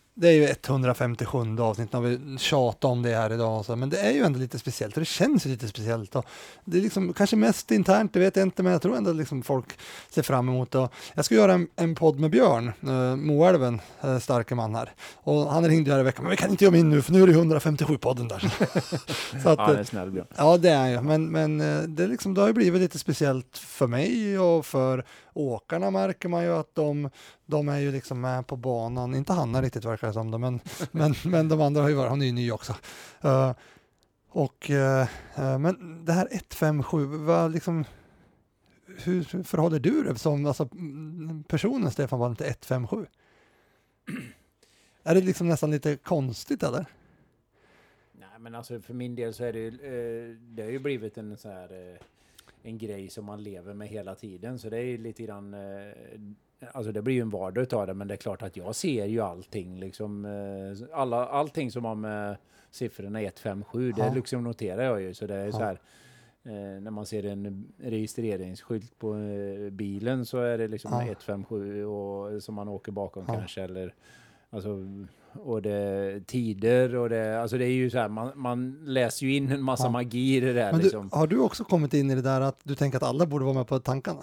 Speaker 3: det är ju etthundrafemtiosju avsnitt när vi tjatar om det här idag. Och så. Men det är ju ändå lite speciellt och det känns ju lite speciellt. Och det är liksom kanske mest internt, det vet jag inte, men jag tror ändå liksom folk ser fram emot det. Jag ska göra en, en podd med Björn, uh, Moälven, uh, starke man här. Och han ringde här i veckan, men vi kan inte göra min nu för nu är det hundrafemtiosju-podden där. Så att,
Speaker 5: ja, det är snäll Björn.
Speaker 3: Ja, det är ju. Men, men uh, det, liksom, det har ju blivit lite speciellt för mig och för åkarna märker man ju att de, de är ju liksom med på banan. Inte Hanna riktigt verkar det som det, men, men, men de andra har ju varit, han är ju ny också. Uh, och, uh, men det här ett fem sju, vad liksom, hur förhåller du dig som alltså, personen Stefan var inte ett fem sju? Är det liksom nästan lite konstigt eller?
Speaker 5: Nej, men alltså för min del så är det uh, det har ju blivit en så här uh, en grej som man lever med hela tiden, så det är ju lite grann uh, alltså det blir ju en vardag utav det, men det är klart att jag ser ju allting liksom, alla, allting som har med siffrorna ett fem sju, det ja. liksom noterar jag ju, så det är ja. så här eh, när man ser en registreringsskylt på eh, bilen så är det liksom ja. ett fem sju och som man åker bakom ja. kanske, eller alltså, och det tider och det, alltså det är ju så här, man, man läser ju in en massa ja. magi i det där.
Speaker 3: Men du,
Speaker 5: liksom.
Speaker 3: Har du också kommit in i det där att du tänker att alla borde vara med på tankarna?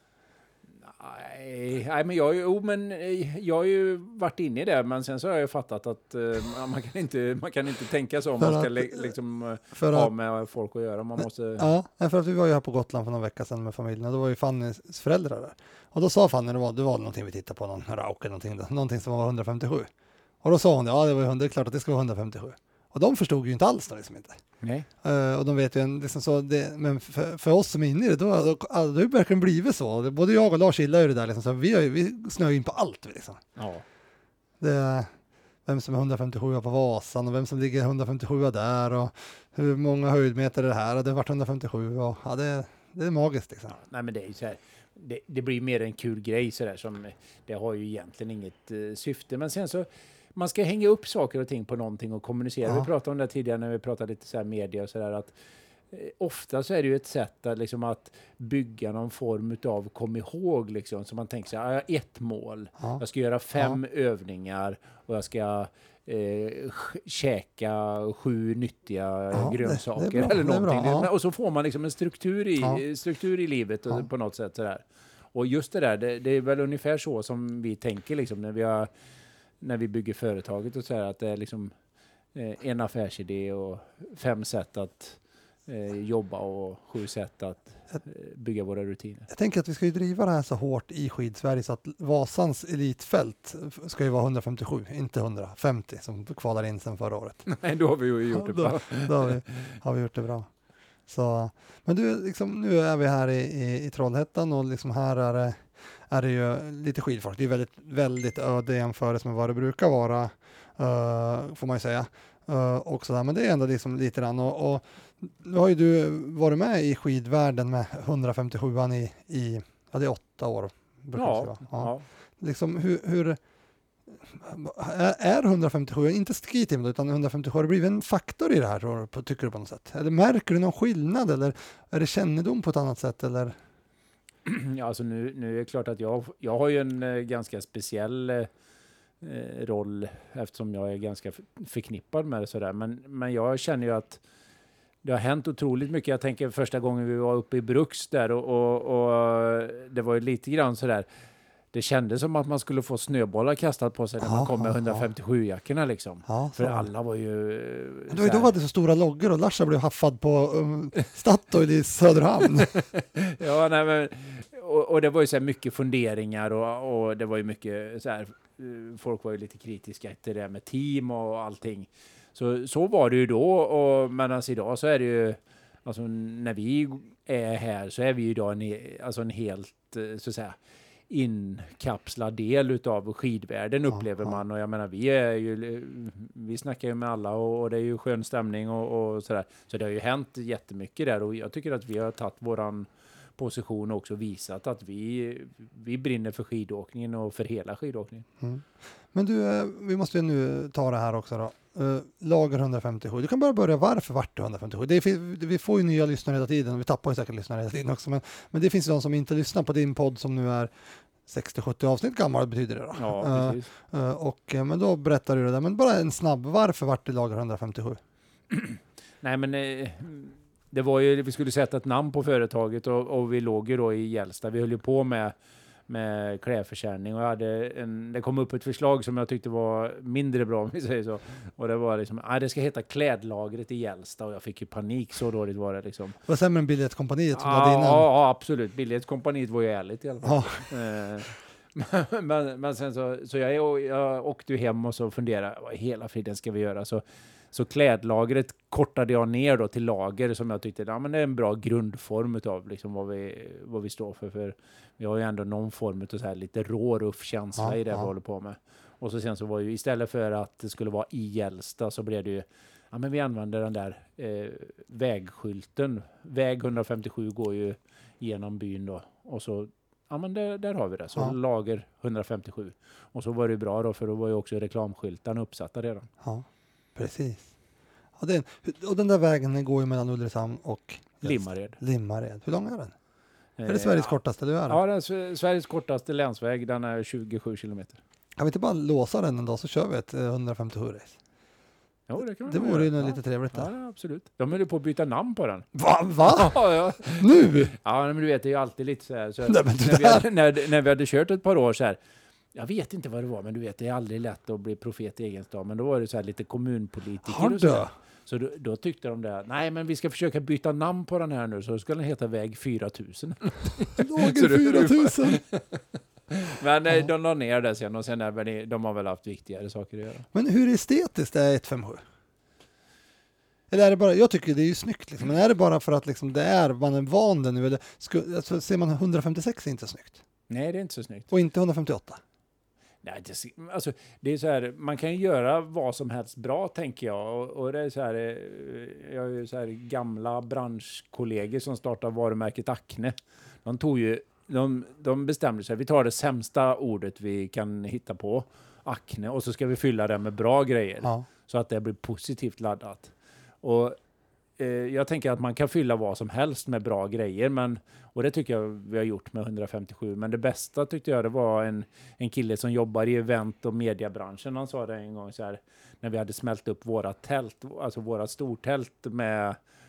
Speaker 5: Nej, nej, men jag, jo, men jag har ju varit inne i det, men sen så har jag ju fattat att uh, man, kan inte, man kan inte tänka så om man ska att, le, liksom, för ha att, med folk att göra. Man måste...
Speaker 3: Ja, för att vi var ju här på Gotland för några veckor sedan med familjen och då var ju Fannys föräldrar där. Och då sa Fanny, det var, det var någonting vi tittade på, någon rauk eller någonting, någonting som var hundrafemtiosju. Och då sa hon, ja det, var, det är klart att det ska vara hundrafemtiosju. Och de förstod ju inte alls då liksom inte.
Speaker 5: Nej.
Speaker 3: Uh, och de vet ju, en, liksom så det, men för, för oss som är inne i det, då, då, då har det verkligen blivit så. Både jag och Lars gillar ju det där, liksom, så vi, har ju, vi snöar in på allt. Liksom.
Speaker 5: Ja.
Speaker 3: Det, vem som är hundrafemtiosju på Vasan och vem som ligger hundrafemtiosju där och hur många höjdmeter är det här och det har varit hundrafemtiosju och ja, det, det är magiskt. Liksom.
Speaker 5: Ja, nej men det är ju så här, det, det blir mer en kul grej så där, som det har ju egentligen inget uh, syfte, men sen så man ska hänga upp saker och ting på någonting och kommunicera. Ja. Vi pratade om det tidigare när vi pratade lite så här media och sådär, att eh, ofta så är det ju ett sätt att, liksom, att bygga någon form av kom ihåg liksom, så man tänker så här, jag har ett mål, ja. jag ska göra fem ja. övningar och jag ska eh, käka sju nyttiga ja, grönsaker det, det bra, eller någonting. Bra, ja. Och så får man liksom en struktur i, ja. struktur i livet och, ja. på något sätt sådär. Och just det där, det, det är väl ungefär så som vi tänker liksom, när vi har när vi bygger företaget och så här, att det är liksom eh, en affärsidé och fem sätt att eh, jobba och sju sätt att eh, bygga våra rutiner.
Speaker 3: Jag tänker att vi ska ju driva det här så hårt i Skidsverige så att Vasans elitfält ska ju vara hundrafemtiosju, inte hundrafemtio som kvalar in sen förra året.
Speaker 5: Nej, då har vi ju gjort det bra.
Speaker 3: då då har, vi, har vi gjort det bra. Så, men du, liksom, nu är vi här i, i, i Trollhättan och liksom här är det är det ju lite skidfolk. Det är väldigt, väldigt öde jämförelse med vad det brukar vara, uh, får man ju säga. Uh, och sådär. Men det är ändå liksom lite grann. Och, och nu har ju du varit med i skidvärlden med hundrafemtiosjuan i, i ja, det är åtta år.
Speaker 5: Ja,
Speaker 3: ja.
Speaker 5: ja.
Speaker 3: Liksom hur, hur är, är hundrafemtiosju, inte skiteam utan hundrafemtiosju, har det blivit en faktor i det här, tycker du på något sätt? Eller märker du någon skillnad eller är det kännedom på ett annat sätt eller?
Speaker 5: Ja, alltså nu, nu är det klart att jag, jag har ju en eh, ganska speciell eh, roll eftersom jag är ganska förknippad med det sådär. Men, men jag känner ju att det har hänt otroligt mycket. Jag tänker första gången vi var uppe i Bruks där och, och, och det var ju lite grann sådär. Det kändes som att man skulle få snöbollar kastat på sig när ja, man kom med hundrafemtiosju-jackorna liksom. Ja, för alla var ju...
Speaker 3: Det var ju då var det så stora loggor och Larsa blev haffad på um, Statoil i Söderhamn.
Speaker 5: ja, nej men... Och, och det var ju så här mycket funderingar och, och det var ju mycket så här... Folk var ju lite kritiska till det med team och allting. Så, så var det ju då, och medan idag så är det ju... Alltså när vi är här så är vi ju idag en, alltså en helt, så att säga... inkapslad del utav skidvärlden upplever man, och jag menar vi är ju vi snackar ju med alla och, och det är ju skön stämning och, och sådär, så det har ju hänt jättemycket där och jag tycker att vi har tagit våran position och också visat att vi vi brinner för skidåkningen och för hela skidåkningen.
Speaker 3: Mm. Men du, vi måste ju nu ta det här också då. Uh, lager hundrafemtiosju. Du kan bara börja, varför vart det hundrafemtiosju? Det är, vi får ju nya lyssnare hela tiden och vi tappar ju säkert lyssnare hela tiden också, men, men det finns ju de som inte lyssnar på din podd som nu är sextio sjuttio avsnitt gammal betyder det då.
Speaker 5: Ja, precis.
Speaker 3: Uh, och, men då berättar du det där. Men bara en snabb, varför vart det Lager hundrafemtiosju?
Speaker 5: Nej men eh, det var ju, vi skulle sätta ett namn på företaget och, och vi låg ju då i Gällstad. Vi höll ju på med, med klädförsäljning och jag hade en, det kom upp ett förslag som jag tyckte var mindre bra om vi säger så. Och det var liksom, ah, det ska heta Klädlagret i Gällstad och jag fick ju panik, så dåligt var det liksom.
Speaker 3: Det var sämre än Billighetskompaniet som
Speaker 5: ja,
Speaker 3: du hade innan.
Speaker 5: Ja, absolut. Billighetskompaniet var ju ärligt i alla fall.
Speaker 3: Ja.
Speaker 5: men, men sen så, så jag, jag åkte ju hem och så funderade, vad i hela friden ska vi göra? Så, så klädlagret kortade jag ner då till lager som jag tyckte ja, men det är en bra grundform av liksom vad, vi, vad vi står för. För vi har ju ändå någon form av så här lite rå ruff känsla ja, i det ja. vi håller på med. Och så sen så var ju istället för att det skulle vara i Gällstad så blev det ju ja, men vi använder den där eh, vägskylten. Väg hundrafemtiosju går ju genom byn då. Och så ja, men där, där har vi det. Så ja. Lager hundrafemtiosju. Och så var det bra då, för då var ju också reklamskyltarna uppsatta redan.
Speaker 3: Ja, precis. Och den, och den där vägen går ju mellan Ulricehamn och
Speaker 5: Limmared.
Speaker 3: Limmared. Hur lång är den? Eh, är det Sveriges ja. kortaste du är?
Speaker 5: Ja, det är Sveriges kortaste länsväg. Den är tjugosju kilometer.
Speaker 3: Kan vi inte bara låsa den en dag så kör vi ett hundrafemtiosju-race?
Speaker 5: Ja, det kan man
Speaker 3: det vore ju
Speaker 5: ja.
Speaker 3: lite trevligt där.
Speaker 5: Ja, absolut. De höll ju på att byta namn på den.
Speaker 3: Va? Va?
Speaker 5: Ja, ja.
Speaker 3: Nu?
Speaker 5: Ja, men du vet, det är ju alltid lite så här. Så
Speaker 3: Nej,
Speaker 5: när, vi hade, när, när vi hade kört ett par år så här. Jag vet inte vad det var, men du vet, det är aldrig lätt att bli profet i egen stad. Men då var det så här lite kommunpolitiker.
Speaker 3: Har
Speaker 5: och så,
Speaker 3: du?
Speaker 5: så då, då tyckte de det. Nej, men vi ska försöka byta namn på den här nu. Så ska den heta väg fyra tusen.
Speaker 3: Lager fyra tusen.
Speaker 5: Men nej, de la ner det sen och sen är det, de har väl haft viktigare saker att göra.
Speaker 3: Men hur estetiskt är ett femtiosju? Eller är det bara, jag tycker det är ju snyggt liksom, men är det bara för att liksom det är, man är van det nu, eller sku, alltså, ser man hundrafemtiosex är inte snyggt?
Speaker 5: Nej, det är inte så snyggt.
Speaker 3: Och inte hundrafemtioåtta?
Speaker 5: Nej, det, alltså, det är så här, man kan ju göra vad som helst bra, tänker jag. Och, och det är så här, jag har ju så här gamla branschkollegor som startar varumärket Acne. De tog ju, de, de bestämde sig, vi tar det sämsta ordet vi kan hitta på, Acne, och så ska vi fylla det med bra grejer.
Speaker 3: Ja.
Speaker 5: Så att det blir positivt laddat. Och eh, jag tänker att man kan fylla vad som helst med bra grejer, men, och det tycker jag vi har gjort med hundrafemtiosju. Men det bästa tyckte jag det var en, en kille som jobbar i event- och mediebranschen. Han sa det en gång så här, när vi hade smält upp våra tält, alltså våra stortält med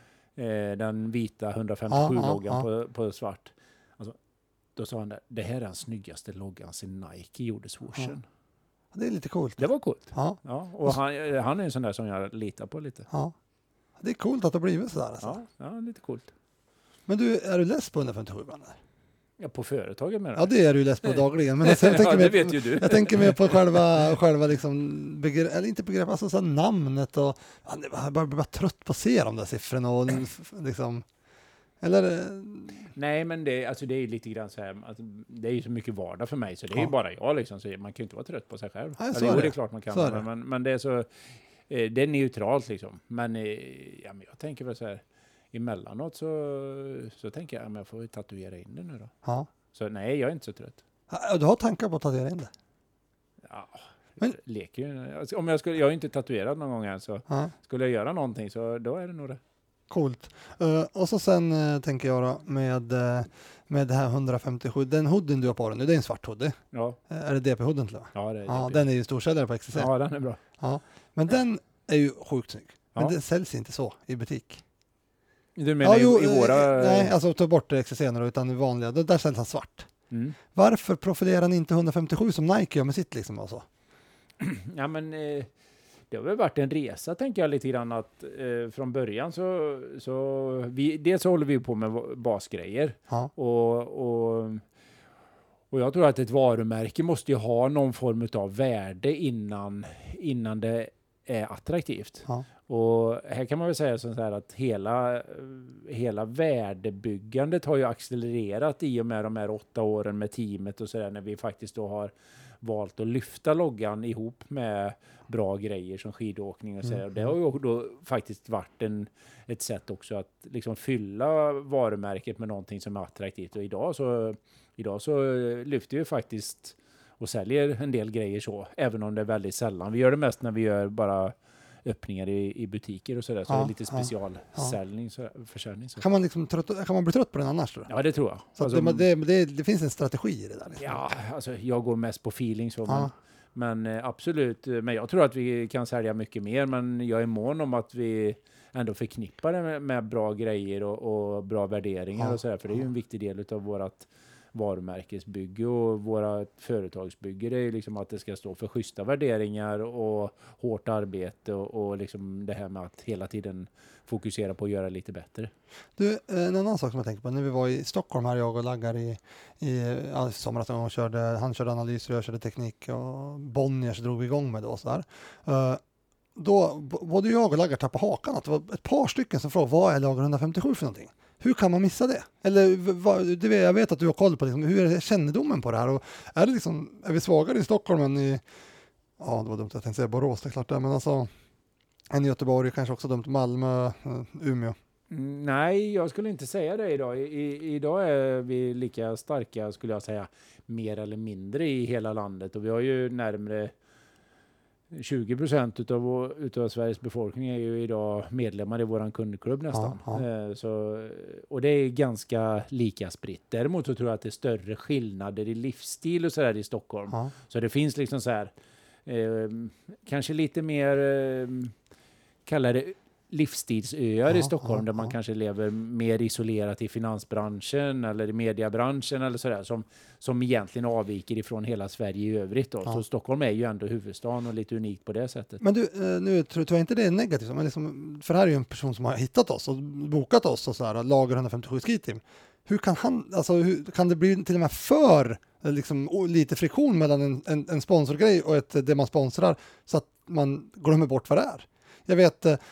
Speaker 5: eh, den vita hundrafemtiosju-loggan
Speaker 3: ja, ja, ja.
Speaker 5: på, på svart. Alltså, då sa han det, det här är den snyggaste loggan sen Nike gjorde swooshen.
Speaker 3: Ja. Det är lite coolt.
Speaker 5: Det var coolt.
Speaker 3: Ja.
Speaker 5: Ja, och han, han är en sån där som jag litar på lite.
Speaker 3: Ja. Det är coolt att det har blivit sådär. Alltså.
Speaker 5: Ja, ja, lite coolt.
Speaker 3: Men du, är du less på hundrafemtiosju?
Speaker 5: Ja, på företaget menar
Speaker 3: Ja, det är du less på dagligen. Men alltså, jag tänker
Speaker 5: ja, det
Speaker 3: mer,
Speaker 5: vet ju du.
Speaker 3: Jag tänker mer på själva, själva liksom begrepp, eller inte begrepp, alltså så namnet och jag börjar bli bara trött på att se de där siffrorna och liksom, eller?
Speaker 5: Nej, men det, alltså det är lite grann så här, alltså, det är ju så mycket vardag för mig, så det är ju
Speaker 3: ja.
Speaker 5: bara jag liksom, så man kan ju inte vara trött på sig själv.
Speaker 3: Nej,
Speaker 5: alltså,
Speaker 3: är
Speaker 5: jo,
Speaker 3: det.
Speaker 5: det är klart man kan,
Speaker 3: så
Speaker 5: men, men, men det är så, eh, det är neutralt liksom. Men, eh, ja, men jag tänker väl så här, emellanåt så, så tänker jag, men jag får tatuera in det nu då.
Speaker 3: Ja.
Speaker 5: Så nej, jag är inte så trött.
Speaker 3: Ja, du har tankar på att tatuera in det?
Speaker 5: Ja,
Speaker 3: men
Speaker 5: leker ju. Alltså, om jag skulle, jag har inte tatuerat någon gång än, så ja. Skulle jag göra någonting så då är det nog det.
Speaker 3: Coolt. Uh, och så sen uh, tänker jag då med, uh, med det här hundrafemtiosju, den hoodien du har på den nu, det är en svart hoodie.
Speaker 5: Ja.
Speaker 3: Uh, är det D P-hoodien till?
Speaker 5: Ja, det är
Speaker 3: ja,
Speaker 5: D P.
Speaker 3: Den är ju storsäljare på X C C.
Speaker 5: Ja, den är bra.
Speaker 3: Ja. Men den är ju sjukt snygg. Men
Speaker 5: ja.
Speaker 3: det säljs inte så i butik.
Speaker 5: Du menar ja, jo, i, i våra...
Speaker 3: Nej, alltså ta bort X C C nu, utan i vanliga, där säljs han svart.
Speaker 5: Mm.
Speaker 3: Varför profilerar ni inte hundrafemtiosju som Nike gör med sitt liksom och så?
Speaker 5: Ja, men eh, det har väl varit en resa, tänker jag lite grann, att eh, från början så, så vi, dels håller vi på med basgrejer.
Speaker 3: Ja.
Speaker 5: Och, och, och jag tror att ett varumärke måste ju ha någon form av värde innan, innan det är attraktivt.
Speaker 3: Ja.
Speaker 5: Och här kan man väl säga så här att hela, hela värdebyggandet har ju accelererat i och med de här åtta åren med teamet och sådär, när vi faktiskt då har valt att lyfta loggan ihop med bra grejer som skidåkning och så. Mm. Det har ju då faktiskt varit en, ett sätt också att liksom fylla varumärket med någonting som är attraktivt. Och idag så, idag så lyfter vi faktiskt och säljer en del grejer så, även om det är väldigt sällan. Vi gör det mest när vi gör bara öppningar i, i butiker och sådär. Så
Speaker 3: ja,
Speaker 5: det är lite
Speaker 3: ja,
Speaker 5: specialförsäljning. Så, försäljning, så.
Speaker 3: Kan man, liksom trött, kan man bli trött på den annars? Då?
Speaker 5: Ja, det tror jag.
Speaker 3: Så
Speaker 5: alltså,
Speaker 3: det, det, det, det finns en strategi i det där? Liksom.
Speaker 5: Ja, alltså jag går mest på feeling. Så,
Speaker 3: ja.
Speaker 5: men, men absolut. Men jag tror att vi kan sälja mycket mer. Men jag är mån om att vi ändå förknippar det med, med bra grejer och, och bra värderingar. Ja, och sådär, för det är ju en viktig del av vårt varumärkesbygge och våra företagsbygge. Det är liksom att det ska stå för schyssta värderingar och hårt arbete och, och liksom det här med att hela tiden fokusera på att göra lite bättre.
Speaker 3: Du, en annan sak som jag tänker på, när vi var i Stockholm här, jag och Laggar i, i ja, somras, och körde, han körde analyser, jag körde teknik och Bonniers drog vi igång med det och sådär. Uh, då både jag och Laggar tappade hakan att det var ett par stycken som frågade, vad är lager hundrafemtiosju för någonting? Hur kan man missa det? Eller vad, det vet, jag vet att du har koll på liksom, hur är kännedomen på det här? Och är, det liksom, är vi svagare i Stockholm än i, ja det var dumt att jag tänkte säga Borås, det är klart det, men alltså än i Göteborg, kanske också dumt, Malmö, Umeå.
Speaker 5: Mm, nej, jag skulle inte säga det idag. I, i, idag är vi lika starka, skulle jag säga, mer eller mindre i hela landet. Och vi har ju närmare tjugo procent utav, utav Sveriges befolkning är ju idag medlemmar i våran kundklubb nästan.
Speaker 3: Ja, ja.
Speaker 5: Eh, så, och det är ganska lika spritt. Däremot så tror jag att det är större skillnader i livsstil och sådär i Stockholm.
Speaker 3: Ja.
Speaker 5: Så det finns liksom så här, eh, kanske lite mer, eh, kallar det livsstilsöar
Speaker 3: ja,
Speaker 5: i Stockholm,
Speaker 3: ja,
Speaker 5: där man
Speaker 3: ja.
Speaker 5: kanske lever mer isolerat i finansbranschen eller i mediebranschen eller sådär, som, som egentligen avviker ifrån hela Sverige i övrigt då.
Speaker 3: Ja.
Speaker 5: Så Stockholm är ju ändå huvudstaden och lite unikt på det sättet.
Speaker 3: Men du, nu tror jag inte det är negativt, men liksom, för här är ju en person som har hittat oss och bokat oss och så här, lager hundrafemtiosju Ski-team. Hur kan han, alltså hur, kan det bli till och med för liksom, lite friktion mellan en, en, en sponsorgrej och ett, det man sponsrar, så att man glömmer bort vad det är? Jag vet, uh,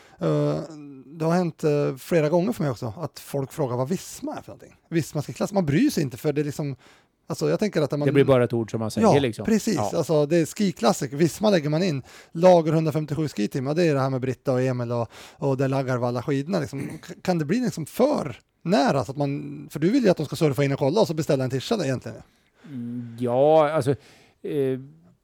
Speaker 3: det har hänt uh, flera gånger för mig också att folk frågar vad Visma är för någonting. Visma ska klass, man bryr sig inte för det är liksom, alltså jag tänker att man...
Speaker 5: Det blir bara ett ord som man säger
Speaker 3: ja,
Speaker 5: liksom.
Speaker 3: Precis,
Speaker 5: ja,
Speaker 3: alltså det är skiklassik, Visma lägger man in, lager hundrafemtiosju Ski-team, ja, det är det här med Britta och Emil och, och det laggar av alla skidorna liksom. Kan det bli liksom för nära, så att man, för du vill ju att de ska surfa in och kolla och så beställa en tisha egentligen.
Speaker 5: mm, ja alltså eh,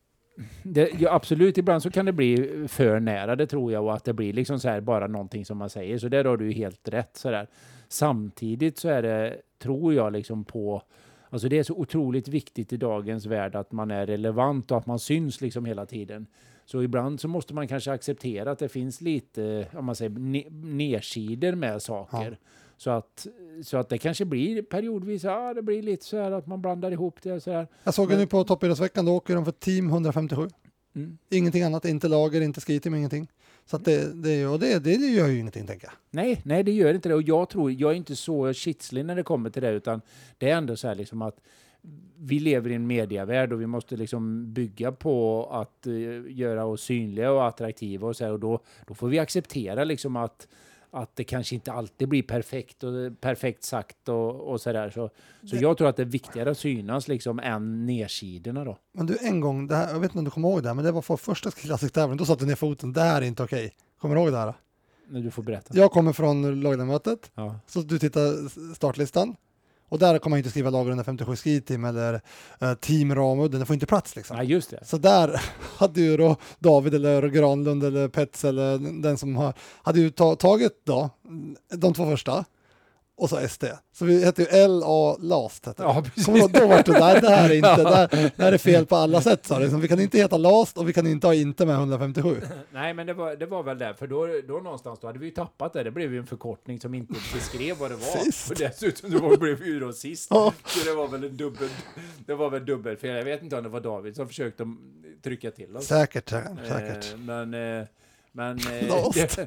Speaker 5: Det, ja, absolut, ibland så kan det bli för nära, det tror jag, och att det blir liksom så här bara någonting som man säger, så där har du ju helt rätt så där. Samtidigt så är det, tror jag, liksom på, alltså det är så otroligt viktigt i dagens värld att man är relevant och att man syns liksom hela tiden. Så ibland så måste man kanske acceptera att det finns lite, om man säger, ne- nedsidor med saker. Ja. Så att, så att det kanske blir periodvis, ja, det blir lite så här att man blandar ihop det så här.
Speaker 3: Jag såg
Speaker 5: Men,
Speaker 3: nu på toppidrottsveckan, då åker de för team hundrafemtiosju.
Speaker 5: Mm.
Speaker 3: Ingenting annat, inte lager, inte ski-team, ingenting. Så att det, det, och det, det gör ju ingenting, tänker jag.
Speaker 5: Nej, nej, det gör inte det. Och jag tror, jag är inte så kitslig när det kommer till det, utan det är ändå så här liksom att vi lever i en medievärld och vi måste liksom bygga på att uh, göra oss synliga och attraktiva och så här, och då, då får vi acceptera liksom att att det kanske inte alltid blir perfekt och perfekt sagt och, och sådär. Så, så jag tror att det är viktigare att synas liksom än nedsidorna då.
Speaker 3: Men du, en gång, det här, jag vet inte om du kommer ihåg det här, men det var för första klassisk-tävlingen, då satte du ner foten, det här är inte okej. Kommer du ihåg det här?
Speaker 5: Men du får berätta.
Speaker 3: Jag kommer från lagmötet,
Speaker 5: ja.
Speaker 3: Så du tittar startlistan. Och där kommer man inte skriva lager hundrafemtiosju Ski-team eller uh, Team Ramudden, det får inte plats liksom.
Speaker 5: Ja, just det.
Speaker 3: Så där hade ju då David eller Granlund eller Pets eller den som har, hade ju ta, tagit då de två första och så S T. Så vi heter ju L A Last. Heter
Speaker 5: ja, precis.
Speaker 3: Då, då var det där, det här är inte, det här, det här är fel på alla sätt. Så liksom, vi kan inte heta Last och vi kan inte ha inte med hundrafemtiosju.
Speaker 5: Nej, men det var, det var väl där, för då, då någonstans då hade vi ju tappat det. Det blev ju en förkortning som inte beskrev vad det var.
Speaker 3: Sist.
Speaker 5: Och dessutom det var, blev ju då sist.
Speaker 3: Ja.
Speaker 5: Så det var väl en dubbel, det var väl dubbelfel. Jag vet inte om det var David som försökte trycka till oss.
Speaker 3: Säkert, säkert.
Speaker 5: Eh, men... Eh, Men eh,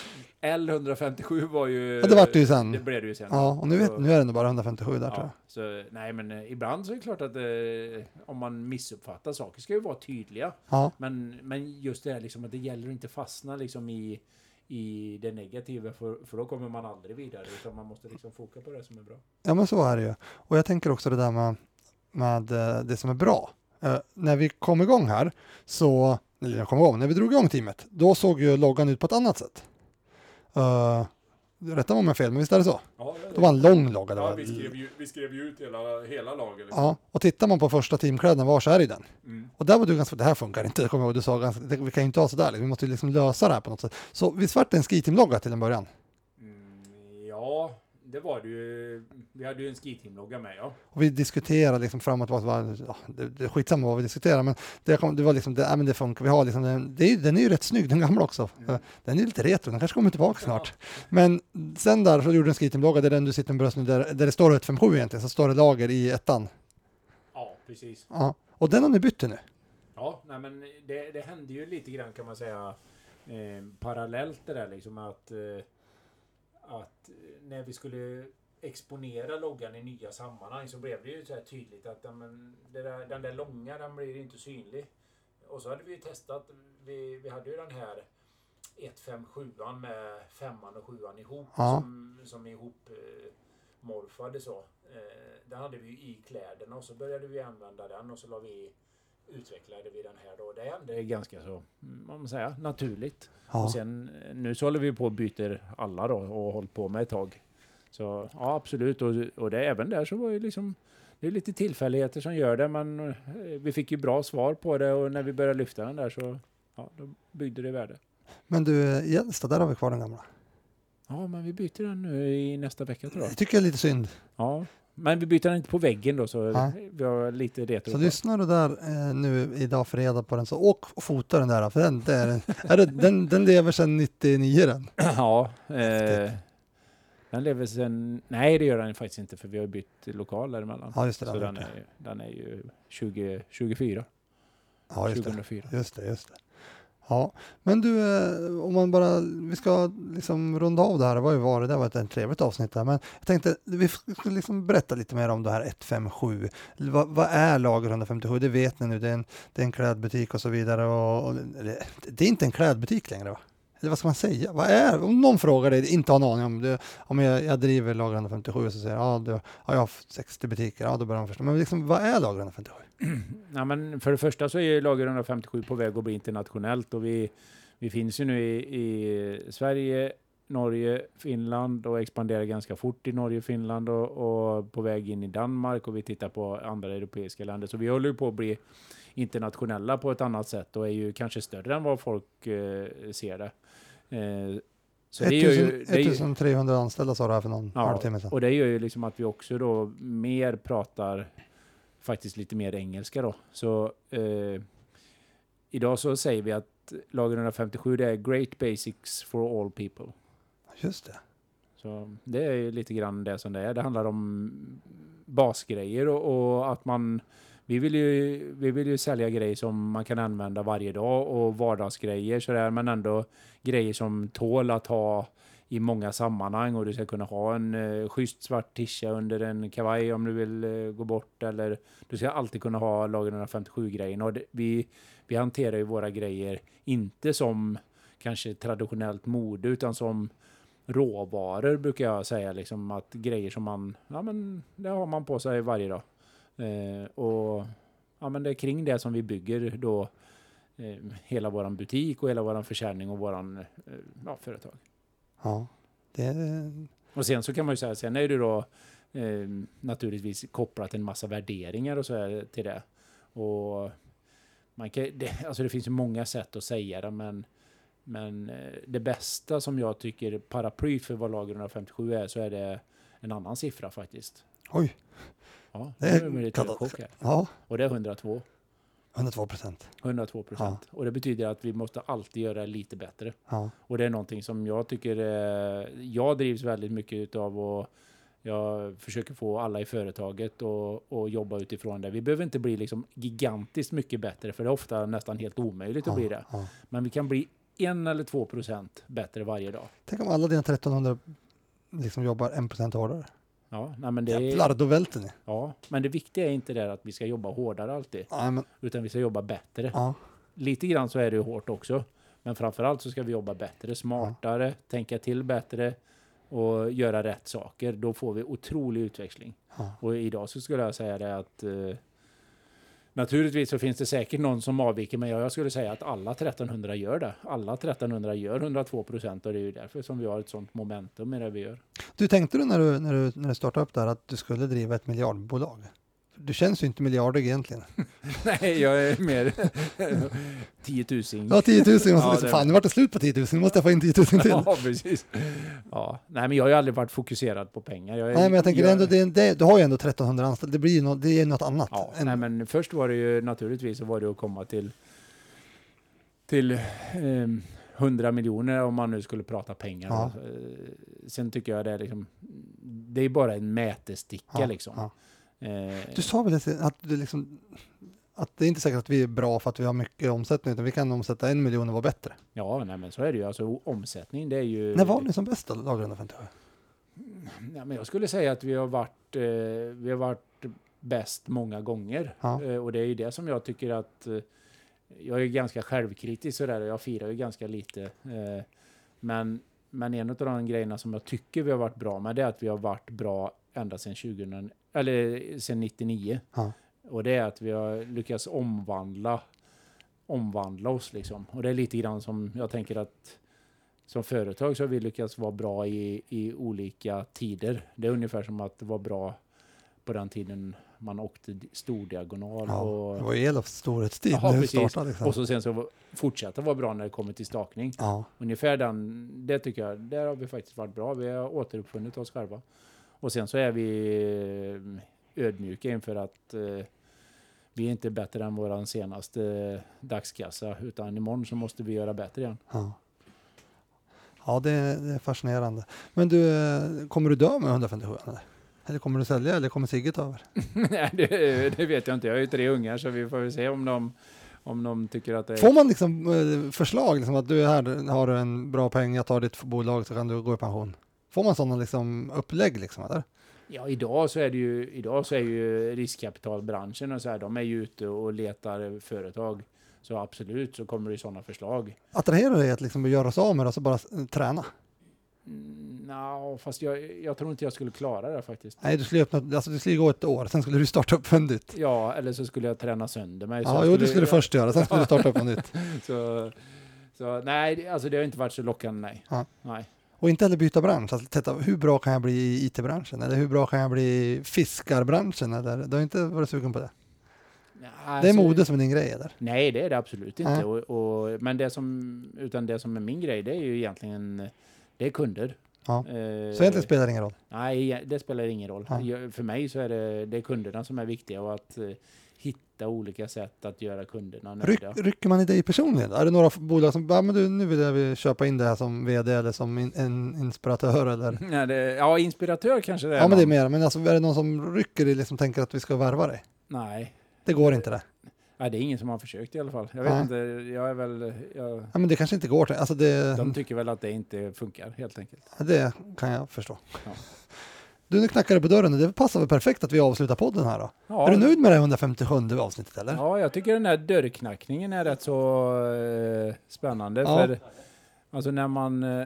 Speaker 5: L hundrafemtiosju var ju...
Speaker 3: Ja, det var det ju sen.
Speaker 5: Det blev det ju sen.
Speaker 3: Ja, och nu, vet,
Speaker 5: så,
Speaker 3: nu är det nog bara hundrafemtiosju där,
Speaker 5: ja,
Speaker 3: tror jag.
Speaker 5: Så, nej, men eh, ibland så är det klart att eh, om man missuppfattar saker ska ju vara tydliga.
Speaker 3: Ja.
Speaker 5: Men, men just det här liksom, att det gäller att inte fastna liksom i, i det negativa, för, för då kommer man aldrig vidare. Utan man måste liksom foka på det som är bra.
Speaker 3: Ja, men så är det ju. Och jag tänker också det där med, med det som är bra. Uh, när vi kom igång här så, eller jag kom igång, när vi drog igång teamet, då såg ju loggan ut på ett annat sätt. Uh, rätta mig om jag har fel, men visst är det så?
Speaker 12: Ja, det,
Speaker 3: det var en lång logga. Det
Speaker 12: ja,
Speaker 3: var...
Speaker 12: vi, skrev ju, vi skrev ju ut hela, hela laget. Liksom.
Speaker 3: Ja, och tittar man på första teamkläden, var så är det den? Mm. Och där var du ganska, det här funkar inte, det kommer jag ihåg, du sa ganska, det, vi kan ju inte ha sådär, vi måste ju liksom lösa det här på något sätt. Så visst var det en skiteamlogga till en början?
Speaker 5: Mm, ja, det var det ju. Vi hade ju en skiteamlogga med, ja.
Speaker 3: Och vi diskuterade liksom framåt, vad, ja, det, det är skitsamma vad vi diskuterar, men det, kom, det var liksom, det, ja, men det funkar, vi har liksom, den, det är, den är ju rätt snygg, den gamla också. Mm. Den är lite retro, den kanske kommer tillbaka snart. Ja. Men sen där så gjorde du en skiteamlogga, det är den du sitter med bröst nu, där, där det står ett fem sju egentligen, så står det lager i ettan.
Speaker 5: Ja, precis.
Speaker 3: Ja, och den har ni bytt nu?
Speaker 5: Ja, nej men det, det hände ju lite grann kan man säga eh, parallellt det där liksom att eh, att när vi skulle exponera loggan i nya sammanhang så blev det ju så här tydligt att men, det där, den där långa den blir inte synlig. Och så hade vi ju testat, vi, vi hade ju den här ett fem sju med femman och sjuan ihop ja. som, som är ihop eh, morfade så. Eh, den hade vi ju i kläderna och så började vi använda den och så la vi utvecklade vi den här då. Det hände ganska så, vad man säger, naturligt. Ja. Och sen, nu så håller vi på och byter alla då och hållit på med ett tag. Så ja, absolut. Och, och det även där så var ju liksom, det är lite tillfälligheter som gör det, men vi fick ju bra svar på det och när vi började lyfta den där så ja, då byggde det värde.
Speaker 3: Men du, Gällstad, där har vi kvar den gamla.
Speaker 5: Ja, men vi byter den nu i nästa vecka tror jag.
Speaker 3: Det tycker jag är lite synd.
Speaker 5: Ja. Men vi byter den inte på väggen då, så ja. vi har lite retro.
Speaker 3: Så lyssnar du där eh, nu idag för reda på den, så åk och fota den där, för den, det är, är det, den, den lever sedan nittionio den.
Speaker 5: Ja, eh, den lever sedan, nej det gör den faktiskt inte för vi har bytt lokal däremellan.
Speaker 3: Ja, just det.
Speaker 5: Så den är, den är ju tjugo tjugofyra.
Speaker 3: Ja, just
Speaker 5: tjugohundrafyra.
Speaker 3: det. Just det, just det. Ja, men du, om man bara, vi ska liksom runda av det här, det var ju varit, det var ett, ett trevligt avsnitt där, men jag tänkte, vi skulle liksom berätta lite mer om det här ett fem sju. Vad, vad är lager ett femtiosju? Det vet ni nu, det är en, det är en klädbutik och så vidare, och, och det, det är inte en klädbutik längre, va? Eller vad ska man säga? Vad är, om någon frågar dig, inte har en aning om det, om jag, jag driver lager ett femtiosju och så säger ja, du, ja, jag har sextio butiker, ja då börjar de förstå. Men liksom, vad är lager ett femtiosju?
Speaker 5: Ja, men för det första så är lager ett femtiosju på väg att bli internationellt och vi, vi finns ju nu i, i Sverige, Norge, Finland och expanderar ganska fort i Norge, Finland och, och på väg in i Danmark och vi tittar på andra europeiska länder. Så vi håller ju på att bli internationella på ett annat sätt och är ju kanske större än vad folk eh, ser det. Eh, så det är ju, det är ju,
Speaker 3: ettusen trehundra anställda sa det här för någon
Speaker 5: ja,
Speaker 3: halvtimme sedan.
Speaker 5: Och det gör ju liksom att vi också då mer pratar faktiskt lite mer engelska då. Så eh, idag så säger vi att lager ett femtiosju det är great basics for all people.
Speaker 3: Just det.
Speaker 5: Så det är ju lite grann det som det är. Det handlar om basgrejer och, och att man vi vill ju vi vill ju sälja grejer som man kan använda varje dag och vardagsgrejer så där, men ändå grejer som tål att ha i många sammanhang och du ska kunna ha en uh, schysst svart tisha under en kavaj om du vill uh, gå bort eller du ska alltid kunna ha lager ett femtiosju-grejen och det, vi, vi hanterar ju våra grejer inte som kanske traditionellt mode utan som råvaror brukar jag säga liksom att grejer som man, ja men det har man på sig varje dag uh, och ja men det är kring det som vi bygger då uh, hela våran butik och hela våran försäljning och våran uh, ja, företag.
Speaker 3: Ja, det är...
Speaker 5: Och sen så kan man ju säga, sen är det då eh, naturligtvis kopplat en massa värderingar och så här till det. Och man kan, det, alltså det finns ju många sätt att säga det, men, men det bästa som jag tycker paraply för vad lager ett femtiosju är så är det en annan siffra faktiskt.
Speaker 3: Oj!
Speaker 5: Ja, det är, det är katastrof här.
Speaker 3: Ja.
Speaker 5: Och det är hundratvå.
Speaker 3: hundratvå procent.
Speaker 5: hundratvå procent. Ja. Och det betyder att vi måste alltid göra det lite bättre.
Speaker 3: Ja.
Speaker 5: Och det är någonting som jag tycker eh, jag drivs väldigt mycket utav och jag försöker få alla i företaget och, och jobba utifrån det. Vi behöver inte bli liksom gigantiskt mycket bättre för det är ofta nästan helt omöjligt
Speaker 3: ja.
Speaker 5: att bli det. Ja. Men vi kan bli en eller två procent bättre varje dag.
Speaker 3: Tänk om alla dina trettonhundra liksom jobbar en procent hårdare.
Speaker 5: Ja, nej, men det
Speaker 3: jävlar, då välter ni.
Speaker 5: Ja, men det viktiga är inte det att vi ska jobba hårdare alltid.
Speaker 3: Ja, men...
Speaker 5: Utan vi ska jobba bättre.
Speaker 3: Ja.
Speaker 5: Lite grann så är det ju hårt också. Men framförallt så ska vi jobba bättre, smartare, ja. tänka till bättre och göra rätt saker. Då får vi otrolig utväxling.
Speaker 3: Ja.
Speaker 5: Och idag så skulle jag säga det att eh, Naturligtvis så finns det säkert någon som avviker, men jag skulle säga att alla trettonhundra gör det. Alla trettonhundra gör hundratvå procent och det är ju därför som vi har ett sånt momentum med det vi gör.
Speaker 3: Du tänkte du när du, när du, när du startade upp där att du skulle driva ett miljardbolag? Du känns ju inte miljardig egentligen.
Speaker 5: Nej, jag är mer tiotusen.
Speaker 3: Ja, tiotusen.
Speaker 5: Ja,
Speaker 3: det... Fan, nu vart det slut på tiotusen. Nu måste jag få in tiotusen till.
Speaker 5: Ja, precis. Ja. Nej, men jag har ju aldrig varit fokuserad på pengar. Jag är,
Speaker 3: nej, men jag tänker
Speaker 5: jag...
Speaker 3: ändå, det, det, du har ju ändå trettonhundra anställda. Det blir ju något, det är något annat.
Speaker 5: Ja,
Speaker 3: än...
Speaker 5: nej, men först var det ju naturligtvis så var det att komma till till eh, hundra miljoner om man nu skulle prata pengar.
Speaker 3: Ja.
Speaker 5: Sen tycker jag det är liksom, det är bara en mätesticka
Speaker 3: ja,
Speaker 5: liksom.
Speaker 3: Ja. Du sa väl att, det liksom, att det är inte säkert att vi är bra för att vi har mycket omsättning, utan vi kan omsätta en miljon och vara bättre.
Speaker 5: Ja, nej, men så är det ju. Alltså, omsättning, det är ju...
Speaker 3: När var ni som bäst då, Lager femtiosju?
Speaker 5: Ja, men jag skulle säga att vi har varit, eh, vi har varit bäst många gånger.
Speaker 3: Ja.
Speaker 5: Eh, och det är ju det som jag tycker att... Eh, jag är ganska självkritisk sådär, och jag firar ju ganska lite. Eh, men, men en av de grejerna som jag tycker vi har varit bra med, det är att vi har varit bra ända sedan tjugo, eller sedan nittionio.
Speaker 3: Ja.
Speaker 5: Och det är att vi har lyckats omvandla omvandla oss liksom. Och det är lite grann som jag tänker att som företag så har vi lyckats vara bra i, i olika tider. Det är ungefär som att vara bra på den tiden man åkte stor diagonal.
Speaker 3: Ja,
Speaker 5: och,
Speaker 3: det var ju hela storhetstid
Speaker 5: ja,
Speaker 3: när det
Speaker 5: precis.
Speaker 3: startade. Liksom.
Speaker 5: Och så sen så fortsätta vara bra när det kommer till stakning.
Speaker 3: Ja.
Speaker 5: Ungefär den, det tycker jag, där har vi faktiskt varit bra. Vi har återuppfunnit oss själva. Och sen så är vi ödmjuka inför att eh, vi är inte bättre än våran senaste eh, dagskassa, utan imorgon så måste vi göra bättre igen.
Speaker 3: Ja, ja det, det är fascinerande. Men du, kommer du dö med hundrafemtiosju? Eller? Eller kommer du sälja, eller kommer Sigge ta över?
Speaker 5: Nej, det, det vet jag inte. Jag har ju tre ungar, så vi får väl se om de, om de tycker att det är...
Speaker 3: Får man liksom förslag, liksom, att du är här, har du en bra peng, jag tar ditt bolag så kan du gå i pension? Får man sådana liksom upplägg liksom, eller?
Speaker 5: Ja, idag så är det ju, idag så är ju riskkapitalbranschen och så här, de är ju ute och letar företag. Så absolut så kommer det sådana förslag.
Speaker 3: Attraherar det att liksom göra sig av med det och så bara träna?
Speaker 5: Mm, no, fast jag, jag tror inte jag skulle klara det faktiskt.
Speaker 3: Nej, du skulle, öppna, alltså du skulle gå ett år, sen skulle du starta upp en nytt.
Speaker 5: Ja, eller så skulle jag träna sönder mig.
Speaker 3: Ja,
Speaker 5: så
Speaker 3: jo,
Speaker 5: skulle,
Speaker 3: det skulle du först göra, sen skulle du starta upp en nytt.
Speaker 5: så, så nej, alltså det har inte varit så lockande, nej.
Speaker 3: Ja.
Speaker 5: nej.
Speaker 3: Och inte heller byta bransch. Alltså, titta, hur bra kan jag bli i I T-branschen? Eller hur bra kan jag bli i fiskarbranschen? Eller? Du har inte varit sugen på det?
Speaker 5: Ja,
Speaker 3: det är
Speaker 5: alltså,
Speaker 3: mode som är din grej, eller?
Speaker 5: Nej, det är det absolut inte.
Speaker 3: Nej.
Speaker 5: Och, och, men det som, utan det som är min grej, det är ju egentligen, det är kunder.
Speaker 3: Ja.
Speaker 5: Eh,
Speaker 3: så egentligen spelar det ingen roll?
Speaker 5: Nej, det spelar ingen roll.
Speaker 3: Ja.
Speaker 5: Jag, för mig så är det, det är kunderna som är viktiga, och att uh, hitta olika sätt att göra kunderna nöjda.
Speaker 3: Ryck, rycker man i dig personligen? Är det några bolag som, ja, men du, nu vill jag köpa in det här som vd eller som in, en inspiratör? Eller?
Speaker 5: Nej, det, ja, inspiratör kanske det är.
Speaker 3: Ja, men det är mer. Men alltså, är det någon som rycker i, liksom tänker att vi ska värva dig?
Speaker 5: Nej.
Speaker 3: Det går inte det?
Speaker 5: Nej, det är ingen som har försökt i alla fall. Jag vet
Speaker 3: Nej.
Speaker 5: inte, jag är väl... Jag,
Speaker 3: ja, men det kanske inte går. Alltså det,
Speaker 5: de tycker väl att det inte funkar, helt enkelt.
Speaker 3: Ja, det kan jag förstå.
Speaker 5: Ja.
Speaker 3: Du, nu knackar det på dörren. Det passar väl perfekt att vi avslutar podden här då.
Speaker 5: Ja.
Speaker 3: Är du nöjd med det hundrafemtiosjunde avsnittet, eller?
Speaker 5: Ja, jag tycker den här dörrknackningen är rätt så eh, spännande.
Speaker 3: Ja.
Speaker 5: För alltså när man... Eh,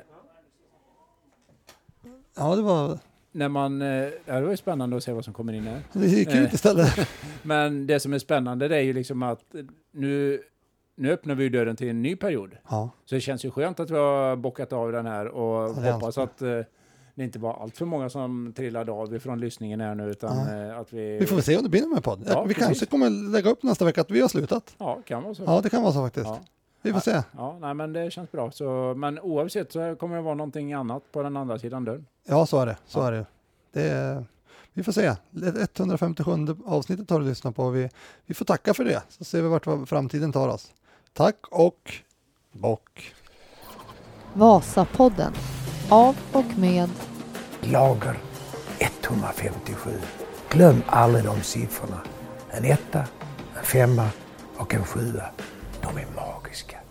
Speaker 3: ja, det var...
Speaker 5: När man, eh, det var ju spännande att se vad som kommer in här.
Speaker 3: Det gick ut istället.
Speaker 5: Men det som är spännande, det är ju liksom att nu, nu öppnar vi dörren till en ny period.
Speaker 3: Ja.
Speaker 5: Så det känns ju skönt att vi har bockat av den här, och
Speaker 3: ja,
Speaker 5: hoppas att eh, det inte var allt för många som trillade av ifrån lyssningen här nu, utan
Speaker 3: ja.
Speaker 5: eh, att vi...
Speaker 3: Vi får se om det blir med podd.
Speaker 5: Ja,
Speaker 3: vi
Speaker 5: precis.
Speaker 3: kanske kommer lägga upp nästa vecka att vi har slutat.
Speaker 5: Ja, kan vara så.
Speaker 3: Ja, det kan vara så faktiskt.
Speaker 5: Ja.
Speaker 3: Vi får se.
Speaker 5: Ja, nej, men det känns bra. Så, men oavsett så kommer det vara någonting annat på den andra sidan dörren.
Speaker 3: Ja, så är det. Så
Speaker 5: ja.
Speaker 3: är det. Det är, vi får se. hundrafemtiosjunde avsnittet har du lyssnat på. Vi, vi får tacka för det. Så ser vi vart framtiden tar oss. Tack och bock.
Speaker 1: Vasapodden. Av och med
Speaker 2: Lager etthundrafemtiosju. Glöm aldrig de siffrorna. En etta, en femma och en sjua. De är magiska.